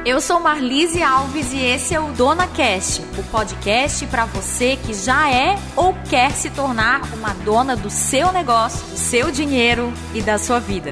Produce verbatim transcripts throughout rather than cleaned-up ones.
eu sou Marlise Alves e esse é o DonaCast, o podcast para você que já é ou quer se tornar uma dona do seu negócio, do seu dinheiro e da sua vida.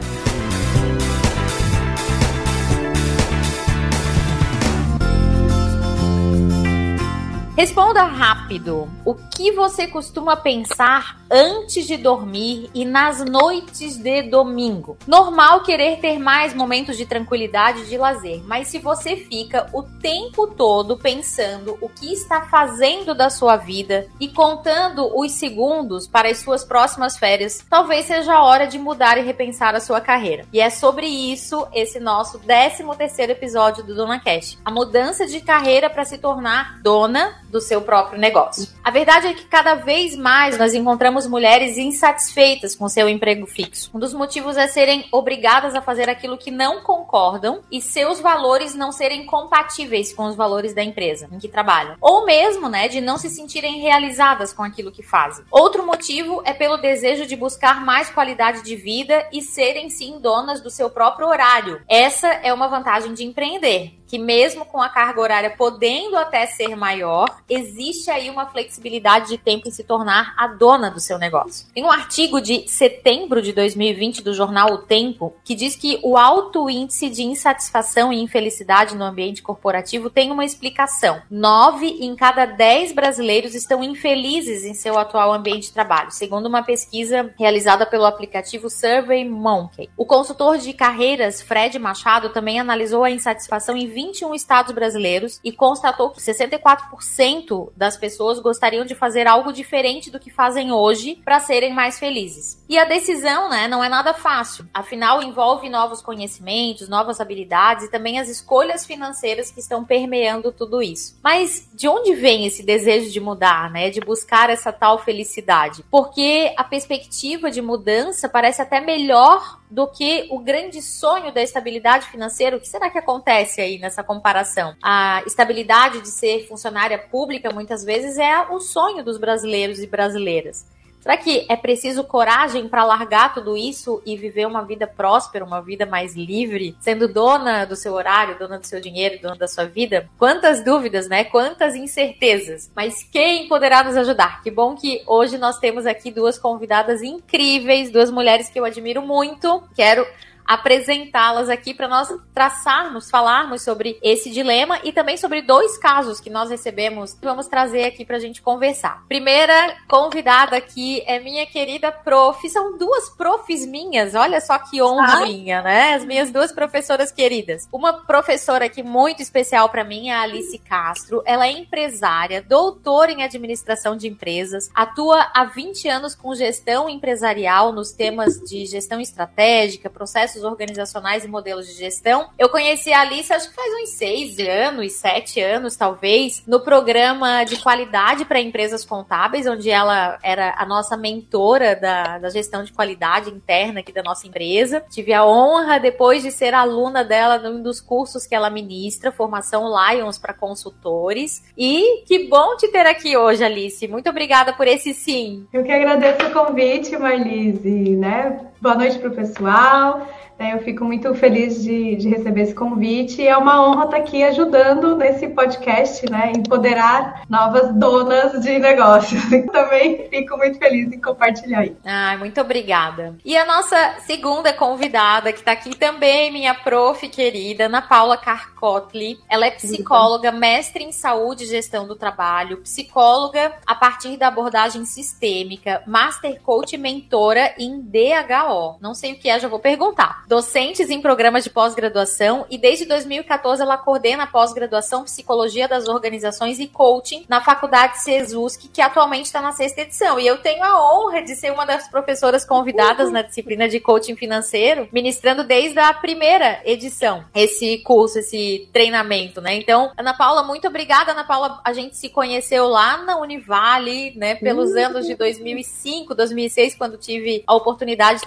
Responda rápido. O que você costuma pensar antes de dormir e nas noites de domingo? Normal querer ter mais momentos de tranquilidade e de lazer, mas se você fica o tempo todo pensando o que está fazendo da sua vida e contando os segundos para as suas próximas férias, talvez seja a hora de mudar e repensar a sua carreira. E é sobre isso esse nosso décimo terceiro episódio do DonaCast. A mudança de carreira para se tornar dona do seu próprio negócio. A verdade é que cada vez mais nós encontramos mulheres insatisfeitas com seu emprego fixo. Um dos motivos é serem obrigadas a fazer aquilo que não concordam e seus valores não serem compatíveis com os valores da empresa em que trabalham. Ou mesmo, né, de não se sentirem realizadas com aquilo que fazem. Outro motivo é pelo desejo de buscar mais qualidade de vida e serem, sim, donas do seu próprio horário. Essa é uma vantagem de empreender, que mesmo com a carga horária podendo até ser maior, existe aí uma flexibilidade de tempo em se tornar a dona do seu negócio. Tem um artigo de setembro de dois mil e vinte do jornal O Tempo que diz que o alto índice de insatisfação e infelicidade no ambiente corporativo tem uma explicação. Nove em cada dez brasileiros estão infelizes em seu atual ambiente de trabalho, segundo uma pesquisa realizada pelo aplicativo SurveyMonkey. O consultor de carreiras Fred Machado também analisou a insatisfação em vinte e um estados brasileiros e constatou que sessenta e quatro por cento das pessoas gostariam de fazer algo diferente do que fazem hoje para serem mais felizes. E a decisão, né, não é nada fácil. Afinal, envolve novos conhecimentos, novas habilidades e também as escolhas financeiras que estão permeando tudo isso. Mas de onde vem esse desejo de mudar, né, de buscar essa tal felicidade? Porque a perspectiva de mudança parece até melhor do que o grande sonho da estabilidade financeira. O que será que acontece aí nessa comparação? A estabilidade de ser funcionária pública, muitas vezes, é o sonho dos brasileiros e brasileiras. Será que é preciso coragem para largar tudo isso e viver uma vida próspera, uma vida mais livre, sendo dona do seu horário, dona do seu dinheiro, dona da sua vida? Quantas dúvidas, né? Quantas incertezas. Mas quem poderá nos ajudar? Que bom que hoje nós temos aqui duas convidadas incríveis, duas mulheres que eu admiro muito. Quero apresentá-las aqui para nós traçarmos, falarmos sobre esse dilema e também sobre dois casos que nós recebemos que vamos trazer aqui para a gente conversar. Primeira convidada aqui é minha querida prof. São duas profs minhas, olha só que honra ah. minha, né? As minhas duas professoras queridas. Uma professora aqui muito especial para mim é a Alice Castro. Ela é empresária, doutora em administração de empresas, atua há vinte anos com gestão empresarial nos temas de gestão estratégica, processos organizacionais e modelos de gestão. Eu conheci a Alice, acho que faz uns seis anos, sete anos talvez, no programa de qualidade para empresas contábeis, onde ela era a nossa mentora da, da gestão de qualidade interna aqui da nossa empresa. Tive a honra, depois de ser aluna dela num dos cursos que ela ministra, formação Lions para consultores. E que bom te ter aqui hoje, Alice. Muito obrigada por esse sim. Eu que agradeço o convite, Marlise, né? Boa noite para o pessoal. Eu fico muito feliz de, de receber esse convite e é uma honra estar aqui ajudando nesse podcast, né, empoderar novas donas de negócios. Também fico muito feliz em compartilhar isso. Ai, muito obrigada. E a nossa segunda convidada, que está aqui também, minha prof querida, Ana Paula Carcotli. Ela é psicóloga, mestre em saúde e gestão do trabalho, psicóloga a partir da abordagem sistêmica, master coach e mentora em D H O. Não sei o que é, já vou perguntar. Docentes em programas de pós-graduação e desde dois mil e catorze ela coordena a pós-graduação Psicologia das Organizações e Coaching na Faculdade Sesusc, que atualmente está na sexta edição. E eu tenho a honra de ser uma das professoras convidadas uhum. na disciplina de Coaching Financeiro, ministrando desde a primeira edição esse curso, esse treinamento, né? Então, Ana Paula, muito obrigada. Ana Paula, a gente se conheceu lá na Univale, né? Pelos uhum. anos de dois mil e cinco, dois mil e seis, quando tive a oportunidade de ter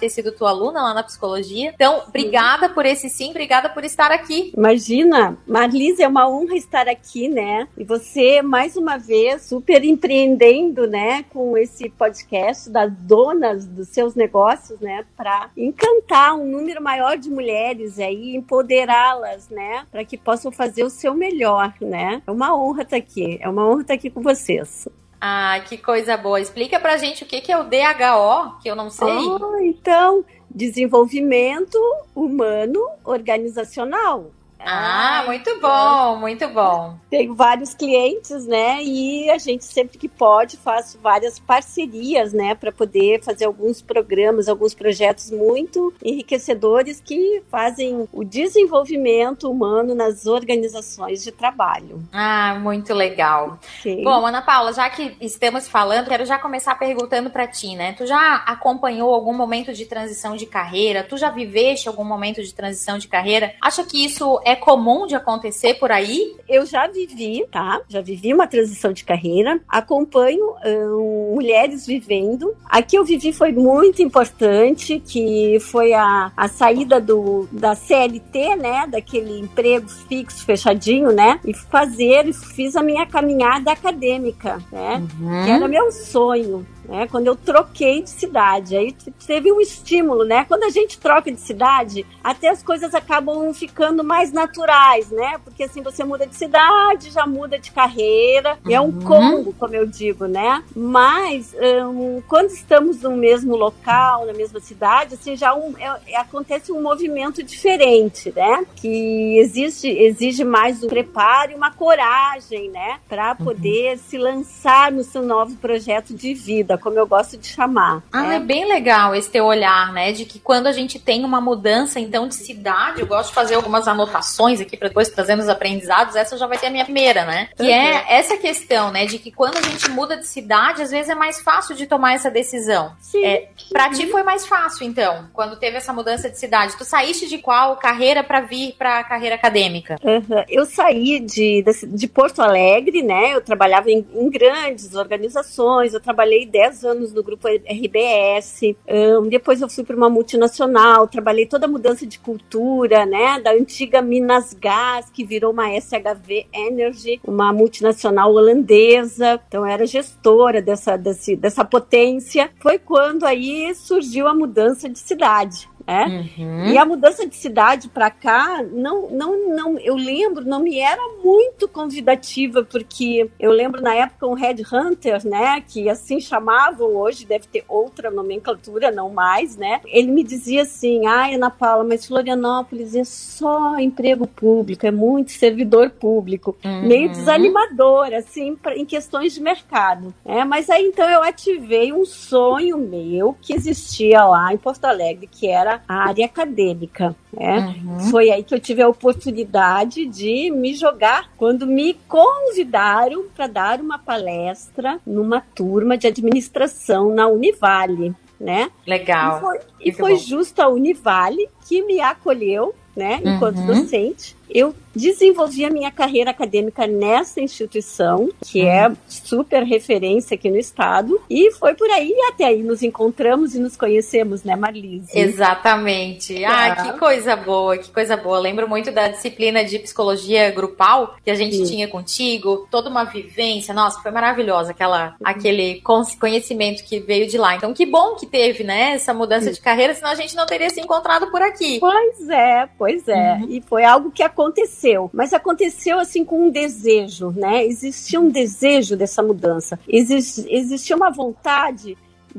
ter sido tua aluna lá na psicologia. Então, obrigada por esse sim, obrigada por estar aqui. Imagina, Marlise, é uma honra estar aqui, né? E você, mais uma vez, super empreendendo, né, com esse podcast das donas dos seus negócios, né, para encantar um número maior de mulheres aí, empoderá-las, né, para que possam fazer o seu melhor, né? É uma honra estar aqui, é uma honra estar aqui com vocês. Ah, que coisa boa. Explica pra gente o que é o D H O, que eu não sei. Oh, então, desenvolvimento humano organizacional. Ah, muito bom, muito bom. Tenho vários clientes, né, e a gente sempre que pode faz várias parcerias, né, para poder fazer alguns programas, alguns projetos muito enriquecedores que fazem o desenvolvimento humano nas organizações de trabalho. Ah, muito legal. Okay. Bom, Ana Paula, já que estamos falando, quero já começar perguntando para ti, né, tu já acompanhou algum momento de transição de carreira? Tu já viveste algum momento de transição de carreira? Acha que isso é comum de acontecer por aí? Eu já vivi, tá? Já vivi uma transição de carreira. Acompanho hum, mulheres vivendo. A que eu vivi foi muito importante, que foi a, a saída do, da C L T, né? Daquele emprego fixo, fechadinho, né? E fazer, fiz a minha caminhada acadêmica, né? Uhum. Que era meu sonho. Né, quando eu troquei de cidade, aí teve um estímulo, né? Quando a gente troca de cidade, até as coisas acabam ficando mais naturais, né? Porque assim, você muda de cidade, já muda de carreira, uhum. É um combo, como eu digo, né? Mas um, quando estamos no mesmo local, na mesma cidade, assim, já um, é, acontece um movimento diferente, né? Que exige, exige mais um preparo e uma coragem, né? Para poder uhum. se lançar no seu novo projeto de vida, como eu gosto de chamar. Ah, é. é bem legal esse teu olhar, né? De que quando a gente tem uma mudança, então, de cidade, eu gosto de fazer algumas anotações aqui para depois trazer os aprendizados. Essa já vai ser a minha primeira, né? Que uhum. é essa questão, né? De que quando a gente muda de cidade, às vezes é mais fácil de tomar essa decisão. Sim. É, pra ti foi mais fácil, então, quando teve essa mudança de cidade. Tu saíste de qual carreira para vir para a carreira acadêmica? Uhum. Eu saí de, de, de Porto Alegre, né? Eu trabalhava em, em grandes organizações, eu trabalhei dez anos no grupo R B S, um, depois eu fui para uma multinacional, trabalhei toda a mudança de cultura, né, da antiga Minas Gás, que virou uma S H V Energy, uma multinacional holandesa, então eu era gestora dessa, desse, dessa potência. Foi quando aí surgiu a mudança de cidade. É? Uhum. E a mudança de cidade para cá, não, não, não, eu lembro, não me era muito convidativa, porque eu lembro na época um headhunter, né, que assim chamavam, hoje deve ter outra nomenclatura, não mais, né, ele me dizia assim, ai, Ana Paula, mas Florianópolis é só emprego público, é muito servidor público, uhum. meio desanimador, assim, pra, em questões de mercado, é, mas aí então eu ativei um sonho meu que existia lá em Porto Alegre, que era a área acadêmica, né? Uhum. Foi aí que eu tive a oportunidade de me jogar quando me convidaram para dar uma palestra numa turma de administração na Univale, né? Legal. E foi, e foi justo a Univale que me acolheu, né? Enquanto uhum. docente. Eu desenvolvi a minha carreira acadêmica nessa instituição, que é super referência aqui no estado, e foi por aí, e até aí nos encontramos e nos conhecemos, né, Marlise? Exatamente. Ah, ah, que coisa boa, que coisa boa. Lembro muito da disciplina de psicologia grupal que a gente Sim. tinha contigo, toda uma vivência, nossa, foi maravilhosa, aquela, uhum. aquele conhecimento que veio de lá. Então, que bom que teve, né, essa mudança Sim. de carreira, senão a gente não teria se encontrado por aqui. Pois é, pois é. Uhum. E foi algo que aconteceu, mas aconteceu assim com um desejo, né? Existia um desejo dessa mudança, Exist, existia uma vontade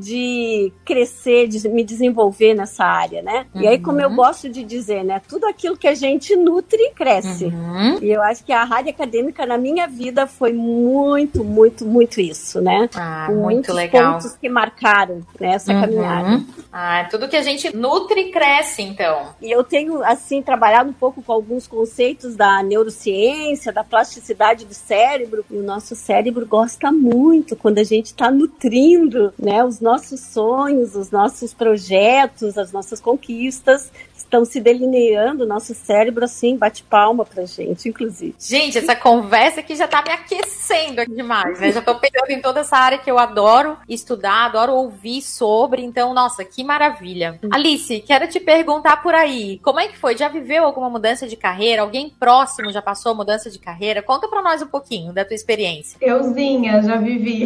de crescer, de me desenvolver nessa área, né? Uhum. E aí, como eu gosto de dizer, né? Tudo aquilo que a gente nutre, cresce. Uhum. E eu acho que a área acadêmica na minha vida foi muito, muito, muito isso, né? Ah, com muito muitos legal. pontos que marcaram, né, essa uhum. caminhada. Ah, tudo que a gente nutre, cresce, então. E eu tenho, assim, trabalhado um pouco com alguns conceitos da neurociência, da plasticidade do cérebro. E o nosso cérebro gosta muito quando a gente está nutrindo, né, os nossos sonhos, os nossos projetos, as nossas conquistas estão se delineando, nosso cérebro, assim, bate palma pra gente, inclusive. Gente, essa conversa aqui já tá me aquecendo aqui demais, né? Já tô pensando em toda essa área que eu adoro estudar, adoro ouvir sobre, então, nossa, que maravilha. Alice, quero te perguntar por aí, como é que foi? Já viveu alguma mudança de carreira? Alguém próximo já passou mudança de carreira? Conta pra nós um pouquinho da tua experiência. Euzinha, já vivi.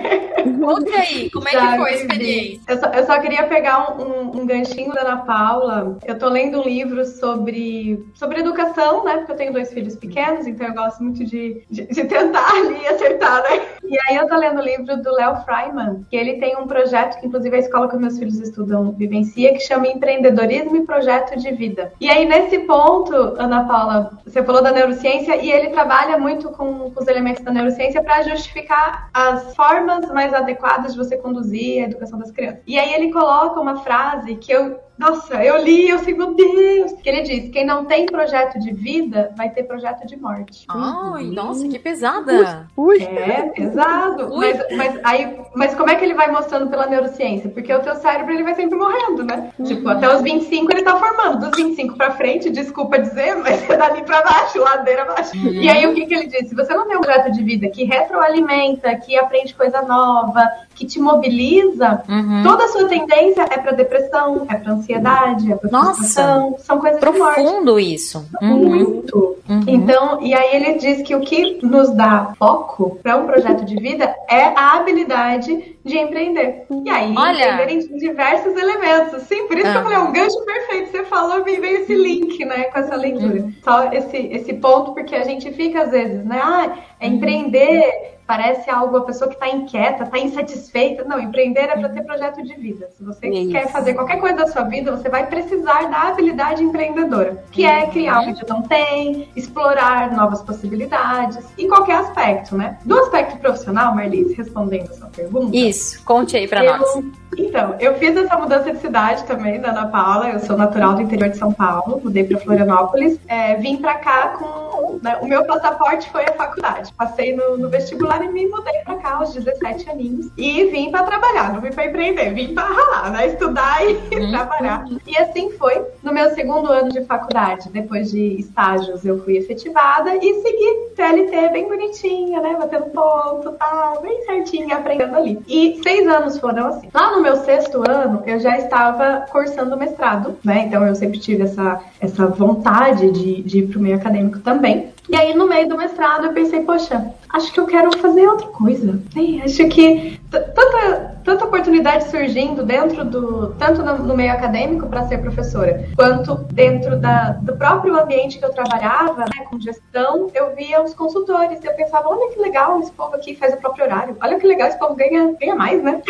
Conta aí, como é já que foi vivi. a experiência? Eu só, eu só queria pegar um, um, um ganchinho da Ana Paula. Eu tô lendo um livro sobre, sobre educação, né? Porque eu tenho dois filhos pequenos, então eu gosto muito de, de, de tentar ali acertar, né? E aí eu tô lendo o livro do Léo Freiman, que ele tem um projeto que, inclusive, a escola que meus filhos estudam vivencia, que chama Empreendedorismo e Projeto de Vida. E aí, nesse ponto, Ana Paula, você falou da neurociência, e ele trabalha muito com, com os elementos da neurociência para justificar as formas mais adequadas de você conduzir a educação das crianças. E aí ele coloca uma frase que eu Nossa, eu li e eu sei, meu Deus! Que ele diz, quem não tem projeto de vida, vai ter projeto de morte. Ai, uhum. Nossa, que pesada! Ui, ui. É, pesado. Mas, mas, aí, mas como é que ele vai mostrando pela neurociência? Porque o teu cérebro, ele vai sempre morrendo, né? Uhum. Tipo, até os vinte e cinco ele tá formando. Dos vinte e cinco pra frente, desculpa dizer, mas é dali pra baixo, ladeira abaixo. Uhum. E aí, o que que ele diz? Se você não tem um projeto de vida que retroalimenta, que aprende coisa nova, que te mobiliza, uhum. toda a sua tendência é pra depressão, é pra ansiedade, é pra frustração. Nossa, são coisas profundo isso. Uhum. Muito. Uhum. Então, e aí ele diz que o que nos dá foco para um projeto de vida é a habilidade de empreender. E aí, Olha. empreender em diversos elementos. Sim, por isso uhum. que eu falei, é um gancho perfeito. Você falou, me veio esse link, né, com essa leitura. Uhum. Só esse, esse ponto, porque a gente fica às vezes, né, ah, é empreender... Parece algo, a pessoa que está inquieta, está insatisfeita. Não, empreender é para ter projeto de vida. Se você Isso. quer fazer qualquer coisa da sua vida, você vai precisar da habilidade empreendedora, que é criar o que não tem, explorar novas possibilidades, em qualquer aspecto, né? Do aspecto profissional, Marlise, respondendo a sua pergunta. Isso, conte aí para eu... nós. Então, eu fiz essa mudança de cidade também, da Ana Paula. Eu sou natural do interior de São Paulo, mudei para Florianópolis. É, vim para cá com... Né, o meu passaporte foi a faculdade. Passei no, no vestibular e me mudei para cá aos dezessete aninhos. E vim para trabalhar, não vim para empreender. Vim para ralar, né? Estudar e uhum. trabalhar. E assim foi. No meu segundo ano de faculdade, depois de estágios, eu fui efetivada e segui C L T bem bonitinha, né? Batendo ponto, tal, bem certinha, aprendendo ali. E seis anos foram assim. Lá no meu sexto ano, eu já estava cursando mestrado, né? Então eu sempre tive essa, essa vontade de, de ir para o meio acadêmico também. E aí, no meio do mestrado, eu pensei, poxa, acho que eu quero fazer outra coisa. É, acho que tanta, tanta oportunidade surgindo dentro do... Tanto no, no meio acadêmico para ser professora, quanto dentro da, do próprio ambiente que eu trabalhava, né, com gestão, eu via os consultores. Eu pensava, olha que legal, esse povo aqui faz o próprio horário. Olha que legal, esse povo ganha, ganha mais, né?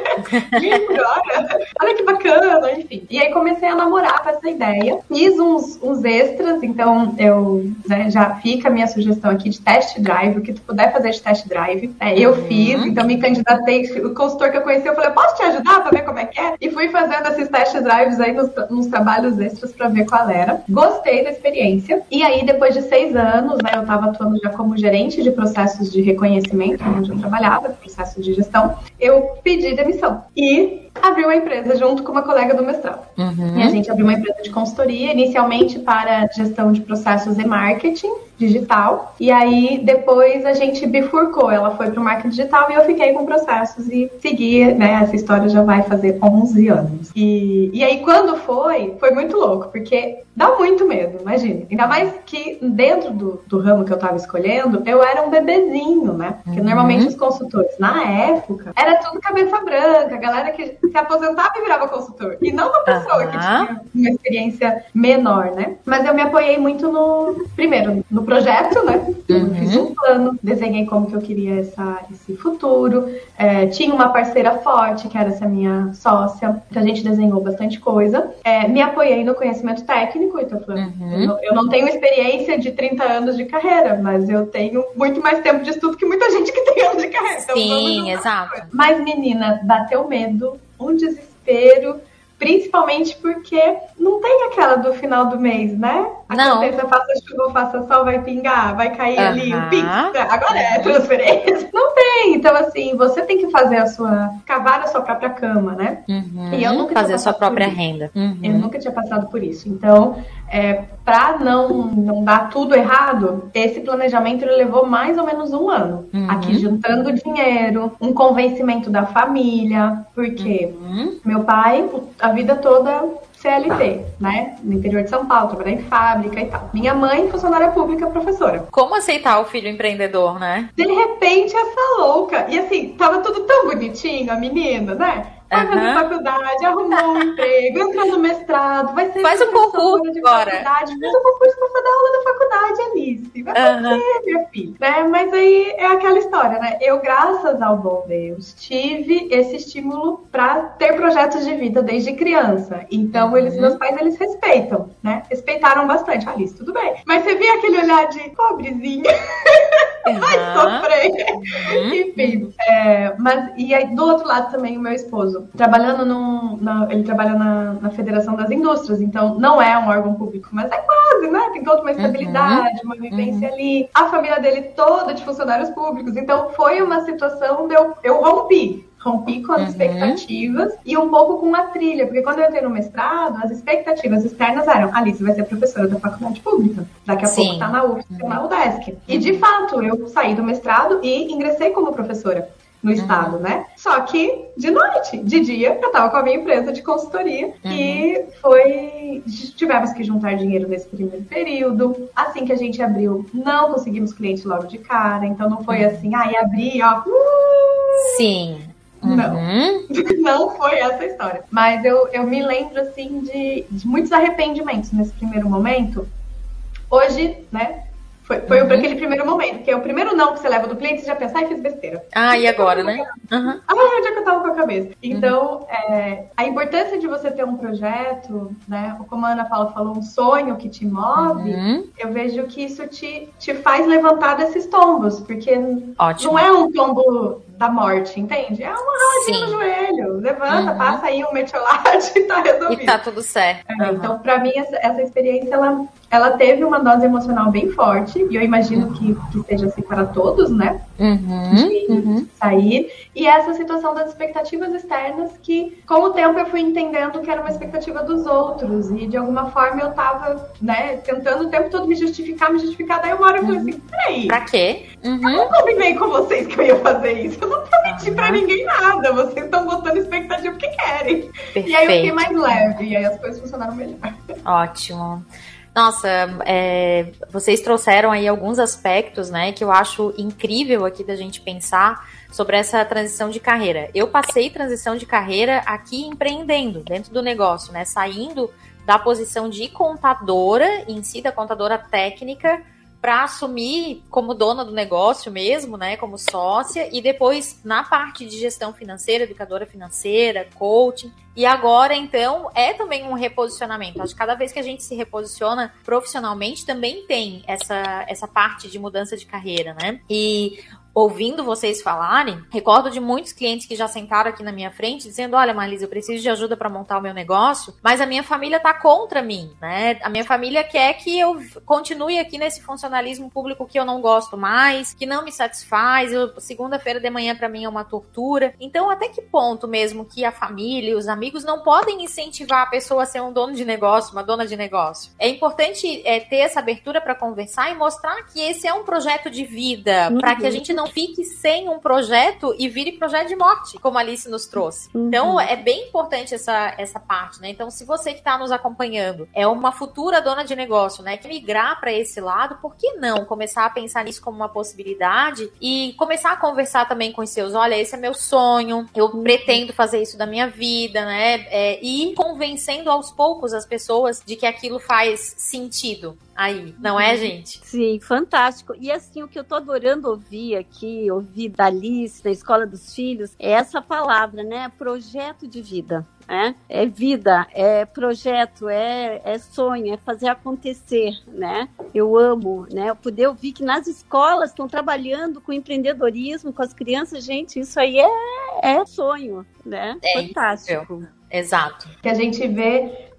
Ganha por hora. Olha que bacana, enfim. E aí, comecei a namorar com essa ideia. Fiz uns, uns extras, então eu né, já fiz Fica a minha sugestão aqui de test drive, o que tu puder fazer de test drive. É, eu uhum. fiz, então me candidatei. O consultor que eu conheci, eu falei, posso te ajudar pra ver como é que é? E fui fazendo esses test drives aí nos, nos trabalhos extras pra ver qual era. Gostei da experiência. E aí, depois de seis anos, né, eu tava atuando já como gerente de processos de reconhecimento, onde eu trabalhava, processos de gestão. Eu pedi demissão. E abri uma empresa junto com uma colega do mestrado. Uhum. E a gente abriu uma empresa de consultoria, inicialmente para gestão de processos e marketing digital. E aí, depois, a gente bifurcou. Ela foi para o marketing digital e eu fiquei com processos e segui, né? Essa história já vai fazer onze anos. E, e aí, quando foi, foi muito louco, porque dá muito medo, imagina. Ainda mais que dentro do, do ramo que eu estava escolhendo, eu era um bebezinho, né? Porque uhum. normalmente os consultores, na época, era tudo cabeça branca, a galera que se aposentava e virava consultor. E não uma pessoa uhum. que tinha uma experiência menor, né? Mas eu me apoiei muito no, primeiro, no projeto, né? Eu uhum. fiz um plano, desenhei como que eu queria essa, esse futuro. É, tinha uma parceira forte, que era essa minha sócia, que a gente desenhou bastante coisa. É, me apoiei no conhecimento técnico, então uhum. eu, não, eu não tenho experiência de trinta anos de carreira, mas eu tenho muito mais tempo de estudo que muita gente que tem anos de carreira. Então, sim, exato. Mas, menina, bateu medo, um desespero, principalmente porque não tem aquela do final do mês, né? Não. Aconteça, faça chuva, faça sol, vai pingar, vai cair uhum. ali o Pix. Agora é transferência. Não tem. Então, assim, você tem que fazer a sua... cavar a sua própria cama, né? Uhum. E eu nunca fazer a sua própria renda. Uhum. Eu nunca tinha passado por isso. Então, é, para não, não dar tudo errado, esse planejamento ele levou mais ou menos um ano. Uhum. Aqui juntando dinheiro, um convencimento da família, porque uhum. meu pai, a vida toda C L T, né? No interior de São Paulo, trabalhando em fábrica e tal. Minha mãe, funcionária pública, professora. Como aceitar o filho empreendedor, né? De repente, essa louca. E assim, tava tudo tão bonitinho, a menina, né? Vai fazer uhum. faculdade, arrumou um emprego, entrou no mestrado, vai ser faz um concurso de agora. Faculdade, faz um concurso pra dar aula da faculdade, Alice. Vai fazer, uhum. minha filha. Né? Mas aí é aquela história, né? Eu, graças ao bom Deus, tive esse estímulo pra ter projetos de vida desde criança. Então, uhum. eles, meus pais, eles respeitam, né? Respeitaram bastante. Alice, tudo bem. Mas você via aquele olhar de pobrezinha. Uhum. Vai sofrer. Uhum. Enfim. É, mas, e aí, do outro lado também, o meu esposo, trabalhando num, na, ele trabalha na, na Federação das Indústrias, então não é um órgão público, mas é quase, né? Tem toda uma estabilidade, uhum. uma vivência uhum. ali. A família dele toda de funcionários públicos, então foi uma situação de eu, eu rompi. Rompi com as uhum. expectativas e um pouco com a trilha, porque quando eu entrei no mestrado, as expectativas externas eram: Alice vai ser professora da faculdade pública, daqui a Sim. pouco tá na U F S C, uhum. na UDESC. E de fato, eu saí do mestrado e ingressei como professora no uhum. estado, né? Só que de noite, de dia, eu tava com a minha empresa de consultoria uhum. e foi... tivemos que juntar dinheiro nesse primeiro período. Assim que a gente abriu, não conseguimos cliente logo de cara, então não foi assim, ah, e abri, ó... Uh... Sim. Não, uhum. não foi essa a história. Mas eu, eu me lembro, assim, de, de muitos arrependimentos nesse primeiro momento. Hoje, né, foi, foi uhum. aquele primeiro momento, que é o primeiro não que você leva do cliente, você já pensa, ai, fiz besteira. Ah, e agora, né? Uhum. Ah, onde é que eu tava com a cabeça? Então, uhum. é, a importância de você ter um projeto, né, como a Ana Paula falou, um sonho que te move, uhum. eu vejo que isso te, te faz levantar desses tombos, porque Ótimo. Não é um tombo da morte, entende? É uma rodinha no joelho. Levanta, uhum. passa aí um metiolate e tá resolvido. E tá tudo certo. É, uhum. Então, pra mim, essa, essa experiência, ela, ela teve uma dose emocional bem forte. E eu imagino uhum. que, que seja assim para todos, né? Uhum. De uhum. sair. E essa situação das expectativas externas que, com o tempo, eu fui entendendo que era uma expectativa dos outros. E, de alguma forma, eu tava, né, tentando o tempo todo me justificar, me justificar. Daí uma hora eu falei assim, peraí. Pra quê? Uhum. Eu não combinei com vocês que eu ia fazer isso. Eu não prometi uhum. pra ninguém nada. Vocês estão botando expectativa porque querem. Perfeito. E aí eu fiquei mais leve. E aí as coisas funcionaram melhor. Ótimo. Nossa, é, vocês trouxeram aí alguns aspectos, né, que eu acho incrível aqui da gente pensar sobre essa transição de carreira. Eu passei transição de carreira aqui empreendendo, dentro do negócio, né, saindo da posição de contadora, em si, da contadora técnica, para assumir como dona do negócio mesmo, né, como sócia, e depois na parte de gestão financeira, educadora financeira, coaching, e agora, então, é também um reposicionamento. Acho que cada vez que a gente se reposiciona profissionalmente, também tem essa, essa parte de mudança de carreira, né, e ouvindo vocês falarem, recordo de muitos clientes que já sentaram aqui na minha frente dizendo, olha, Marlise, eu preciso de ajuda para montar o meu negócio, mas a minha família tá contra mim, né? A minha família quer que eu continue aqui nesse funcionalismo público que eu não gosto mais, que não me satisfaz, eu, segunda-feira de manhã para mim é uma tortura. Então, até que ponto mesmo que a família e os amigos não podem incentivar a pessoa a ser um dono de negócio, uma dona de negócio? É importante é, ter essa abertura para conversar e mostrar que esse é um projeto de vida, uhum. para que a gente não fique sem um projeto e vire projeto de morte, como a Alice nos trouxe. Uhum. Então, é bem importante essa, essa parte, né? Então, se você que está nos acompanhando é uma futura dona de negócio, né, que migrar para esse lado, por que não começar a pensar nisso como uma possibilidade e começar a conversar também com os seus, olha, esse é meu sonho, eu uhum. pretendo fazer isso da minha vida, né? É, e convencendo aos poucos as pessoas de que aquilo faz sentido aí, não é, gente? Sim, fantástico. E assim, o que eu tô adorando ouvir aqui, ouvir da Alice, da Escola dos Filhos, é essa palavra, né? Projeto de vida. É, é vida, é projeto, é, é sonho, é fazer acontecer, né? Eu amo, né? Poder ouvir que nas escolas estão trabalhando com empreendedorismo, com as crianças, gente, isso aí é, é sonho, né? É fantástico. Incrível. Exato. Que a gente vê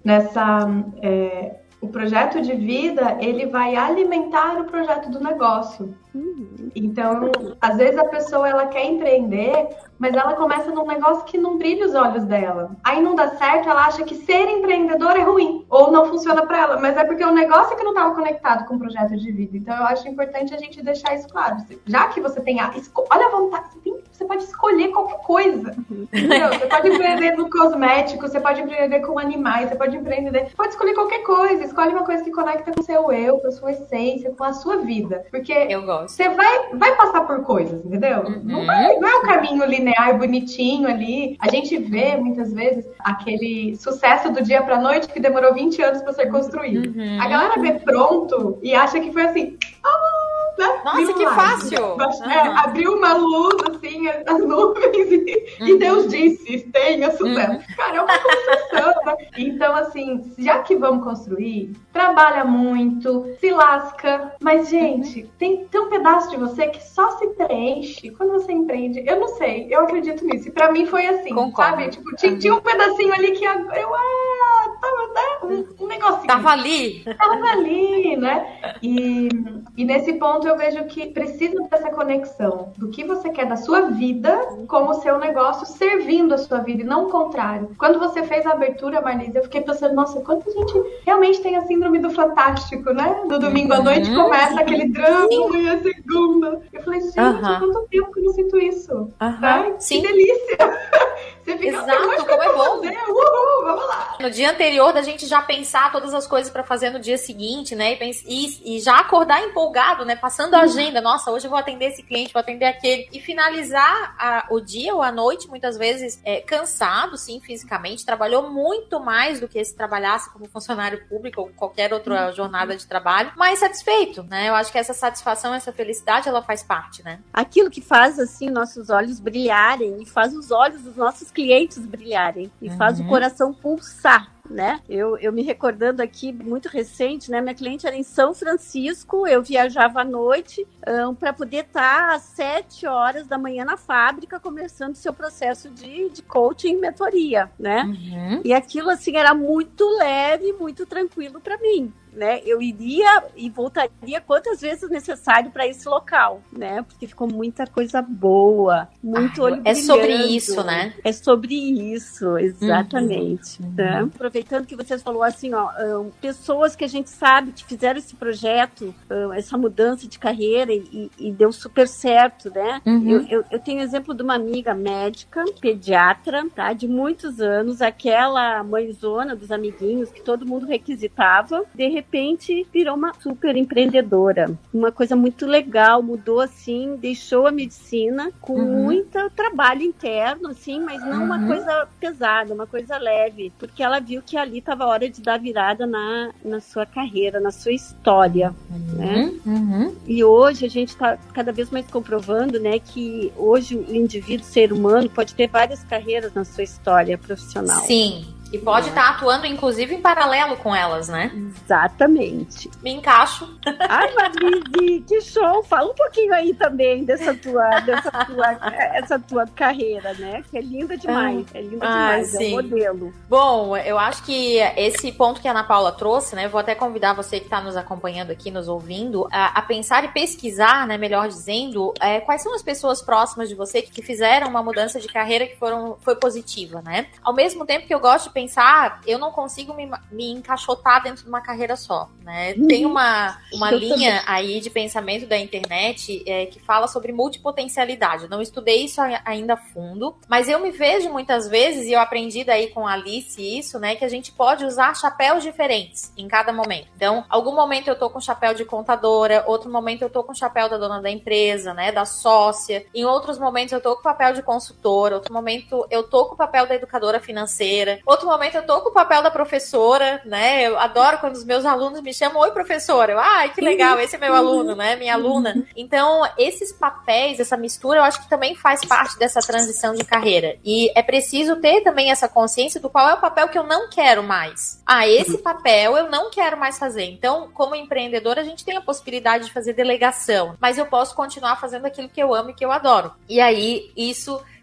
nessa... É, o projeto de vida, ele vai alimentar o projeto do negócio. Uhum. Então, às vezes a pessoa ela quer empreender, mas ela começa num negócio que não brilha os olhos dela. Aí não dá certo, ela acha que ser empreendedor é ruim, ou não funciona para ela, mas é porque o negócio é que não estava conectado com o projeto de vida. Então, eu acho importante a gente deixar isso claro. Já que você tem a... Olha a vontade, você pode escolher qualquer coisa. Entendeu? Você pode empreender no cosmético, você pode empreender com animais, você pode empreender... Pode escolher qualquer coisa, escolhe uma coisa que conecta com o seu eu, com a sua essência, com a sua vida. Porque eu gosto. Você vai, vai passar por coisas, entendeu? Uhum. Não, vai, não é um caminho linear, bonitinho ali. A gente vê, muitas vezes, aquele sucesso do dia pra noite que demorou vinte anos pra ser construído. Uhum. A galera vê pronto e acha que foi assim... Ah, né? Nossa, que fácil! É, uhum. Abriu uma luz, assim, as nuvens e, uhum. e Deus disse, tenha sucesso. Uhum. Cara, é uma construção, né? Então, assim, já que vamos construir, trabalha muito, se lasca, mas, gente, uhum. tem, tem um pedaço de você que só se preenche quando você empreende. Eu não sei, eu acredito nisso. E pra mim foi assim, Concordo. sabe? Tipo, tinha, tinha um pedacinho ali que eu, ah, tava, né? Um, um negocinho. Tava ali. Tava ali, né? E, e nesse ponto eu vejo que precisa dessa conexão do que você quer da sua vida com o seu negócio servindo a sua vida e não o contrário. Quando você fez a abertura, Marlise, eu fiquei pensando, nossa, quanta gente realmente tem a síndrome do fantástico, né? No domingo à noite uhum. começa aquele drama e a segunda. Eu falei, gente, uhum. quanto tempo que eu não sinto isso? Uhum. Né? Sim. Que delícia! Você fica, exato, como é bom. Uhul, vamos lá. No dia anterior da gente já pensar todas as coisas pra fazer no dia seguinte, né? E, e, e já acordar empolgado, né? Passando a agenda. Nossa, hoje eu vou atender esse cliente, vou atender aquele. E finalizar a, o dia ou a noite, muitas vezes, é, cansado, sim, fisicamente. Trabalhou muito mais do que se trabalhasse como funcionário público ou qualquer outra jornada de trabalho, mas satisfeito, né? Eu acho que essa satisfação, essa felicidade, ela faz parte, né? Aquilo que faz, assim, nossos olhos brilharem e faz os olhos dos nossos clientes brilharem e uhum. faz o coração pulsar. Né? Eu, eu me recordando aqui, muito recente, né? Minha cliente era em São Francisco, eu viajava à noite um, para poder estar às sete horas da manhã na fábrica, começando seu processo de, de coaching e mentoria, né? Uhum. E aquilo, assim, era muito leve, muito tranquilo para mim. Né? Eu iria e voltaria quantas vezes necessário para esse local, né? Porque ficou muita coisa boa, muito Ai, olho É brilhando. sobre isso, né? É sobre isso, exatamente. Uhum. Né? Aproveitando que você falou assim, ó, um, pessoas que a gente sabe que fizeram esse projeto, um, essa mudança de carreira e, e deu super certo, né? Uhum. Eu, eu, eu tenho exemplo de uma amiga médica, pediatra, tá? De muitos anos, aquela mãezona dos amiguinhos que todo mundo requisitava, de repente De repente virou uma super empreendedora, uma coisa muito legal, mudou assim, deixou a medicina com uhum. muito trabalho interno, assim, mas não uhum. uma coisa pesada, uma coisa leve, porque ela viu que ali estava a hora de dar virada na, na sua carreira, na sua história, uhum. né? Uhum. E hoje a gente está cada vez mais comprovando, né, que hoje o indivíduo, ser humano, pode ter várias carreiras na sua história profissional. Sim. E pode estar é. tá atuando, inclusive, em paralelo com elas, né? Exatamente. Me encaixo. Ai, Marlise, que show! Fala um pouquinho aí também dessa tua, dessa tua, essa tua carreira, né? Que é linda demais. É, é linda ah, demais, sim. É um modelo. Bom, eu acho que esse ponto que a Ana Paula trouxe, né? Vou até convidar você que está nos acompanhando aqui, nos ouvindo, a, a pensar e pesquisar, né? Melhor dizendo, é, quais são as pessoas próximas de você que fizeram uma mudança de carreira que foram, foi positiva, né? Ao mesmo tempo que eu gosto de pensar, eu não consigo me, me encaixotar dentro de uma carreira só, né? Uhum. Tem uma, uma linha aí de pensamento da internet é, que fala sobre multipotencialidade. Eu não estudei isso ainda a fundo, mas eu me vejo muitas vezes, e eu aprendi daí com a Alice isso, né? Que a gente pode usar chapéus diferentes em cada momento. Então, algum momento eu tô com chapéu de contadora, outro momento eu tô com chapéu da dona da empresa, né? Da sócia. Em outros momentos eu tô com o papel de consultora, outro momento eu tô com o papel da educadora financeira, outro momento eu tô com o papel da professora, né? Eu adoro quando os meus alunos me chamam, oi professora, eu, ai, que legal, esse é meu aluno, né? Minha aluna. Então, esses papéis, essa mistura, eu acho que também faz parte dessa transição de carreira. E é preciso ter também essa consciência do qual é o papel que eu não quero mais. Ah, esse papel eu não quero mais fazer. Então, como empreendedora, a gente tem a possibilidade de fazer delegação, mas eu posso continuar fazendo aquilo que eu amo e que eu adoro. E aí, isso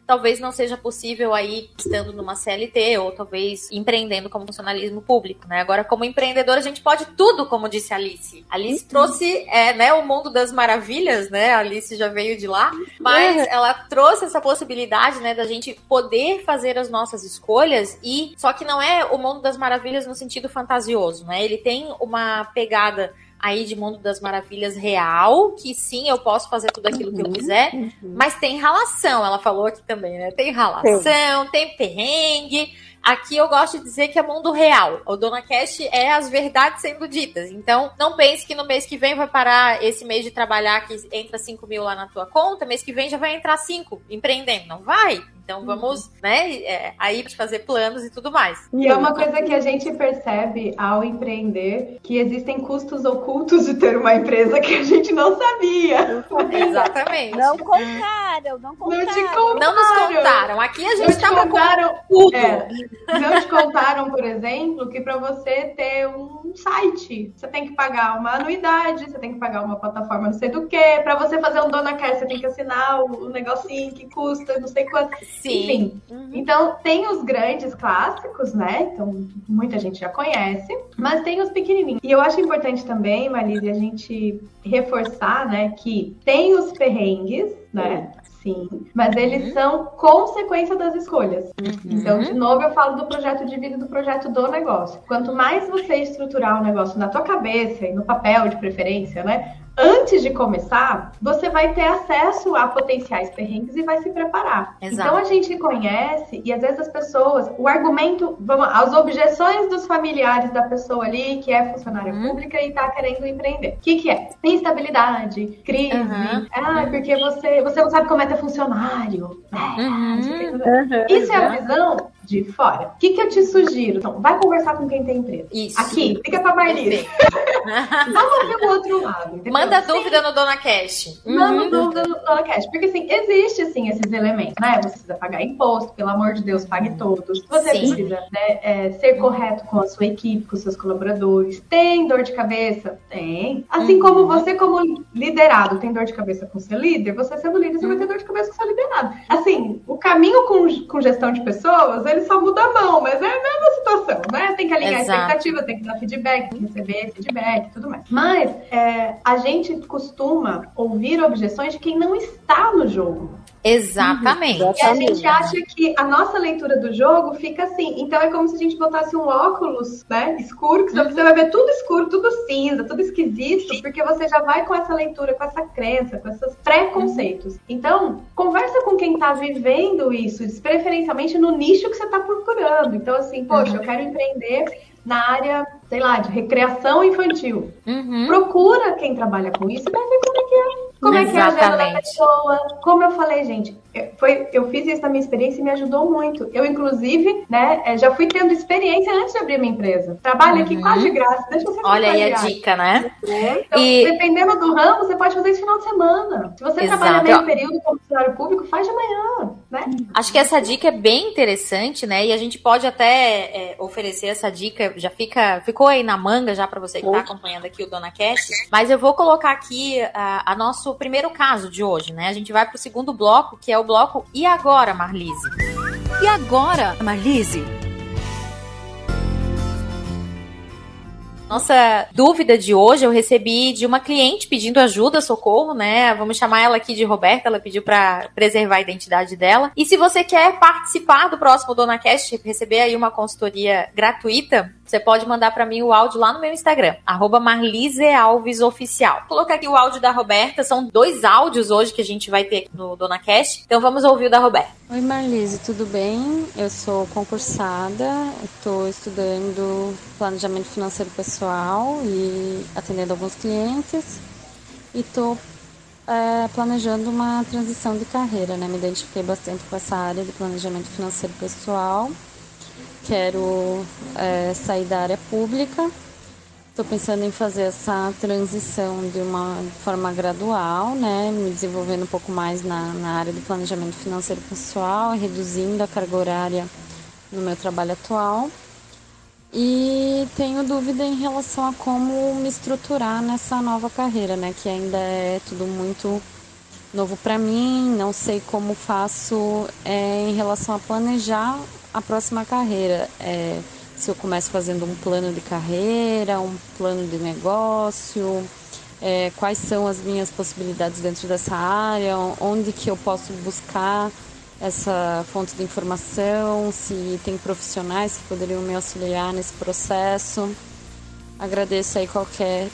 talvez não seja possível aí estando numa C L T ou talvez empreendendo como funcionalismo público, né? Agora, como empreendedora, a gente pode tudo, como disse a Alice. A Alice trouxe, é, né, o mundo das maravilhas, né? A Alice já veio de lá, mas ela trouxe essa possibilidade, né, da gente poder fazer as nossas escolhas e, só que não é o mundo das maravilhas no sentido fantasioso, né? Ele tem uma pegada aí de Mundo das Maravilhas real, que sim, eu posso fazer tudo aquilo uhum, que eu quiser, uhum. mas tem ralação, ela falou aqui também, né? Tem ralação, tem perrengue. Aqui eu gosto de dizer que é mundo real. O Dona Cash é as verdades sendo ditas. Então, não pense que no mês que vem vai parar esse mês de trabalhar que entra cinco mil lá na tua conta, mês que vem já vai entrar cinco empreendendo. Não vai? Então vamos, uhum. né, é, aí fazer planos e tudo mais. E é uma coisa que a gente percebe ao empreender, que existem custos ocultos de ter uma empresa que a gente não sabia. Exatamente. Não contaram, não contaram. Não te contaram. Não nos contaram. Aqui a gente estava contaram tudo. É, não te contaram, por exemplo, que para você ter um site, você tem que pagar uma anuidade, você tem que pagar uma plataforma não sei do que, para você fazer um Dona Cash, você tem que assinar o negocinho que custa não sei quanto. Sim. Enfim, uhum. Então tem os grandes clássicos, né? Então muita gente já conhece, mas tem os pequenininhos. E eu acho importante também, Marlise, a gente reforçar, né, que tem os perrengues, né? Sim, mas eles uhum. são consequência das escolhas. Uhum. Então, de novo, eu falo do projeto de vida e do projeto do negócio. Quanto mais você estruturar o negócio na tua cabeça e no papel de preferência, né? Antes de começar, você vai ter acesso a potenciais perrengues e vai se preparar. Exato. Então a gente conhece, e às vezes as pessoas, o argumento, vamos, as objeções dos familiares da pessoa ali, que é funcionária uhum. pública e tá querendo empreender. O que que é? Instabilidade, crise, uhum. ah, porque você, você não sabe como é ter funcionário. Uhum. Uhum. Isso é a visão de fora. O que que eu te sugiro? Então, vai conversar com quem tem empresa. Isso. Aqui, liga pra Marlise. Vamos ver o outro lado. Entendeu? Manda dúvida no Dona Cash. Manda uhum. dúvida no Dona Cash. Porque, assim, existe, sim, esses elementos, né? Você precisa pagar imposto, pelo amor de Deus, pague todos. Você sim. precisa né, é, ser correto com a sua equipe, com os seus colaboradores. Tem dor de cabeça? Tem. Assim uhum. como você, como liderado, tem dor de cabeça com o seu líder, você sendo líder, você uhum. vai ter dor de cabeça com o seu liderado. Assim, o caminho com, com gestão de pessoas, ele só muda a mão, mas é a mesma situação, né? Tem que alinhar Exato. a expectativa, tem que dar feedback, tem que receber feedback e tudo mais. Mas é, a gente costuma ouvir objeções de quem não está no jogo. Exatamente. Uhum. E a gente acha que a nossa leitura do jogo fica assim. Então é como se a gente botasse um óculos, né, escuro, que uhum. você vai ver tudo escuro, tudo cinza, tudo esquisito, porque você já vai com essa leitura, com essa crença, com esses preconceitos. Uhum. Então, conversa com quem tá vivendo isso, preferencialmente no nicho que você tá procurando. Então, assim, poxa, uhum. eu quero empreender na área, sei lá, de recreação infantil. Uhum. Procura quem trabalha com isso e vai ver como é que é. Como é que é a agenda da pessoa. Como eu falei, gente, foi, eu fiz isso na minha experiência e me ajudou muito. Eu, inclusive, né, já fui tendo experiência antes de abrir minha empresa. Trabalho uhum. aqui quase de graça. Deixa eu Olha aí a dica, né? É. Então, e... dependendo do ramo, você pode fazer esse final de semana. Se você Exato. trabalha meio período como funcionário público, faz de manhã, né? Acho que essa dica é bem interessante, né? E a gente pode até é, oferecer essa dica, já fica, ficou aí na manga já para você que está acompanhando aqui o Dona Cash. Mas eu vou colocar aqui a, a nosso primeiro caso de hoje, né? A gente vai pro segundo bloco, que é o bloco E Agora, Marlise? E agora, Marlise? Nossa dúvida de hoje eu recebi de uma cliente pedindo ajuda, socorro, né? Vamos chamar ela aqui de Roberta, ela pediu para preservar a identidade dela. E se você quer participar do próximo Dona Cash, receber aí uma consultoria gratuita, você pode mandar para mim o áudio lá no meu Instagram, arroba Marlise Alves Oficial. Vou colocar aqui o áudio da Roberta, são dois áudios hoje que a gente vai ter no Dona Cash, então vamos ouvir o da Roberta. Oi Marlise, tudo bem? Eu sou concursada, estou estudando planejamento financeiro pessoal e atendendo alguns clientes e estou é, planejando uma transição de carreira, né? Me identifiquei bastante com essa área de planejamento financeiro pessoal. Quero é, sair da área pública. Estou pensando em fazer essa transição de uma forma gradual, né? Me desenvolvendo um pouco mais na, na área de planejamento financeiro pessoal, reduzindo a carga horária no meu trabalho atual. E tenho dúvida em relação a como me estruturar nessa nova carreira, né? Que ainda é tudo muito novo para mim, não sei como faço é, em relação a planejar a próxima carreira. É, se eu começo fazendo um plano de carreira, um plano de negócio, é, quais são as minhas possibilidades dentro dessa área, onde que eu posso buscar essa fonte de informação, se tem profissionais que poderiam me auxiliar nesse processo. Agradeço aí qualquer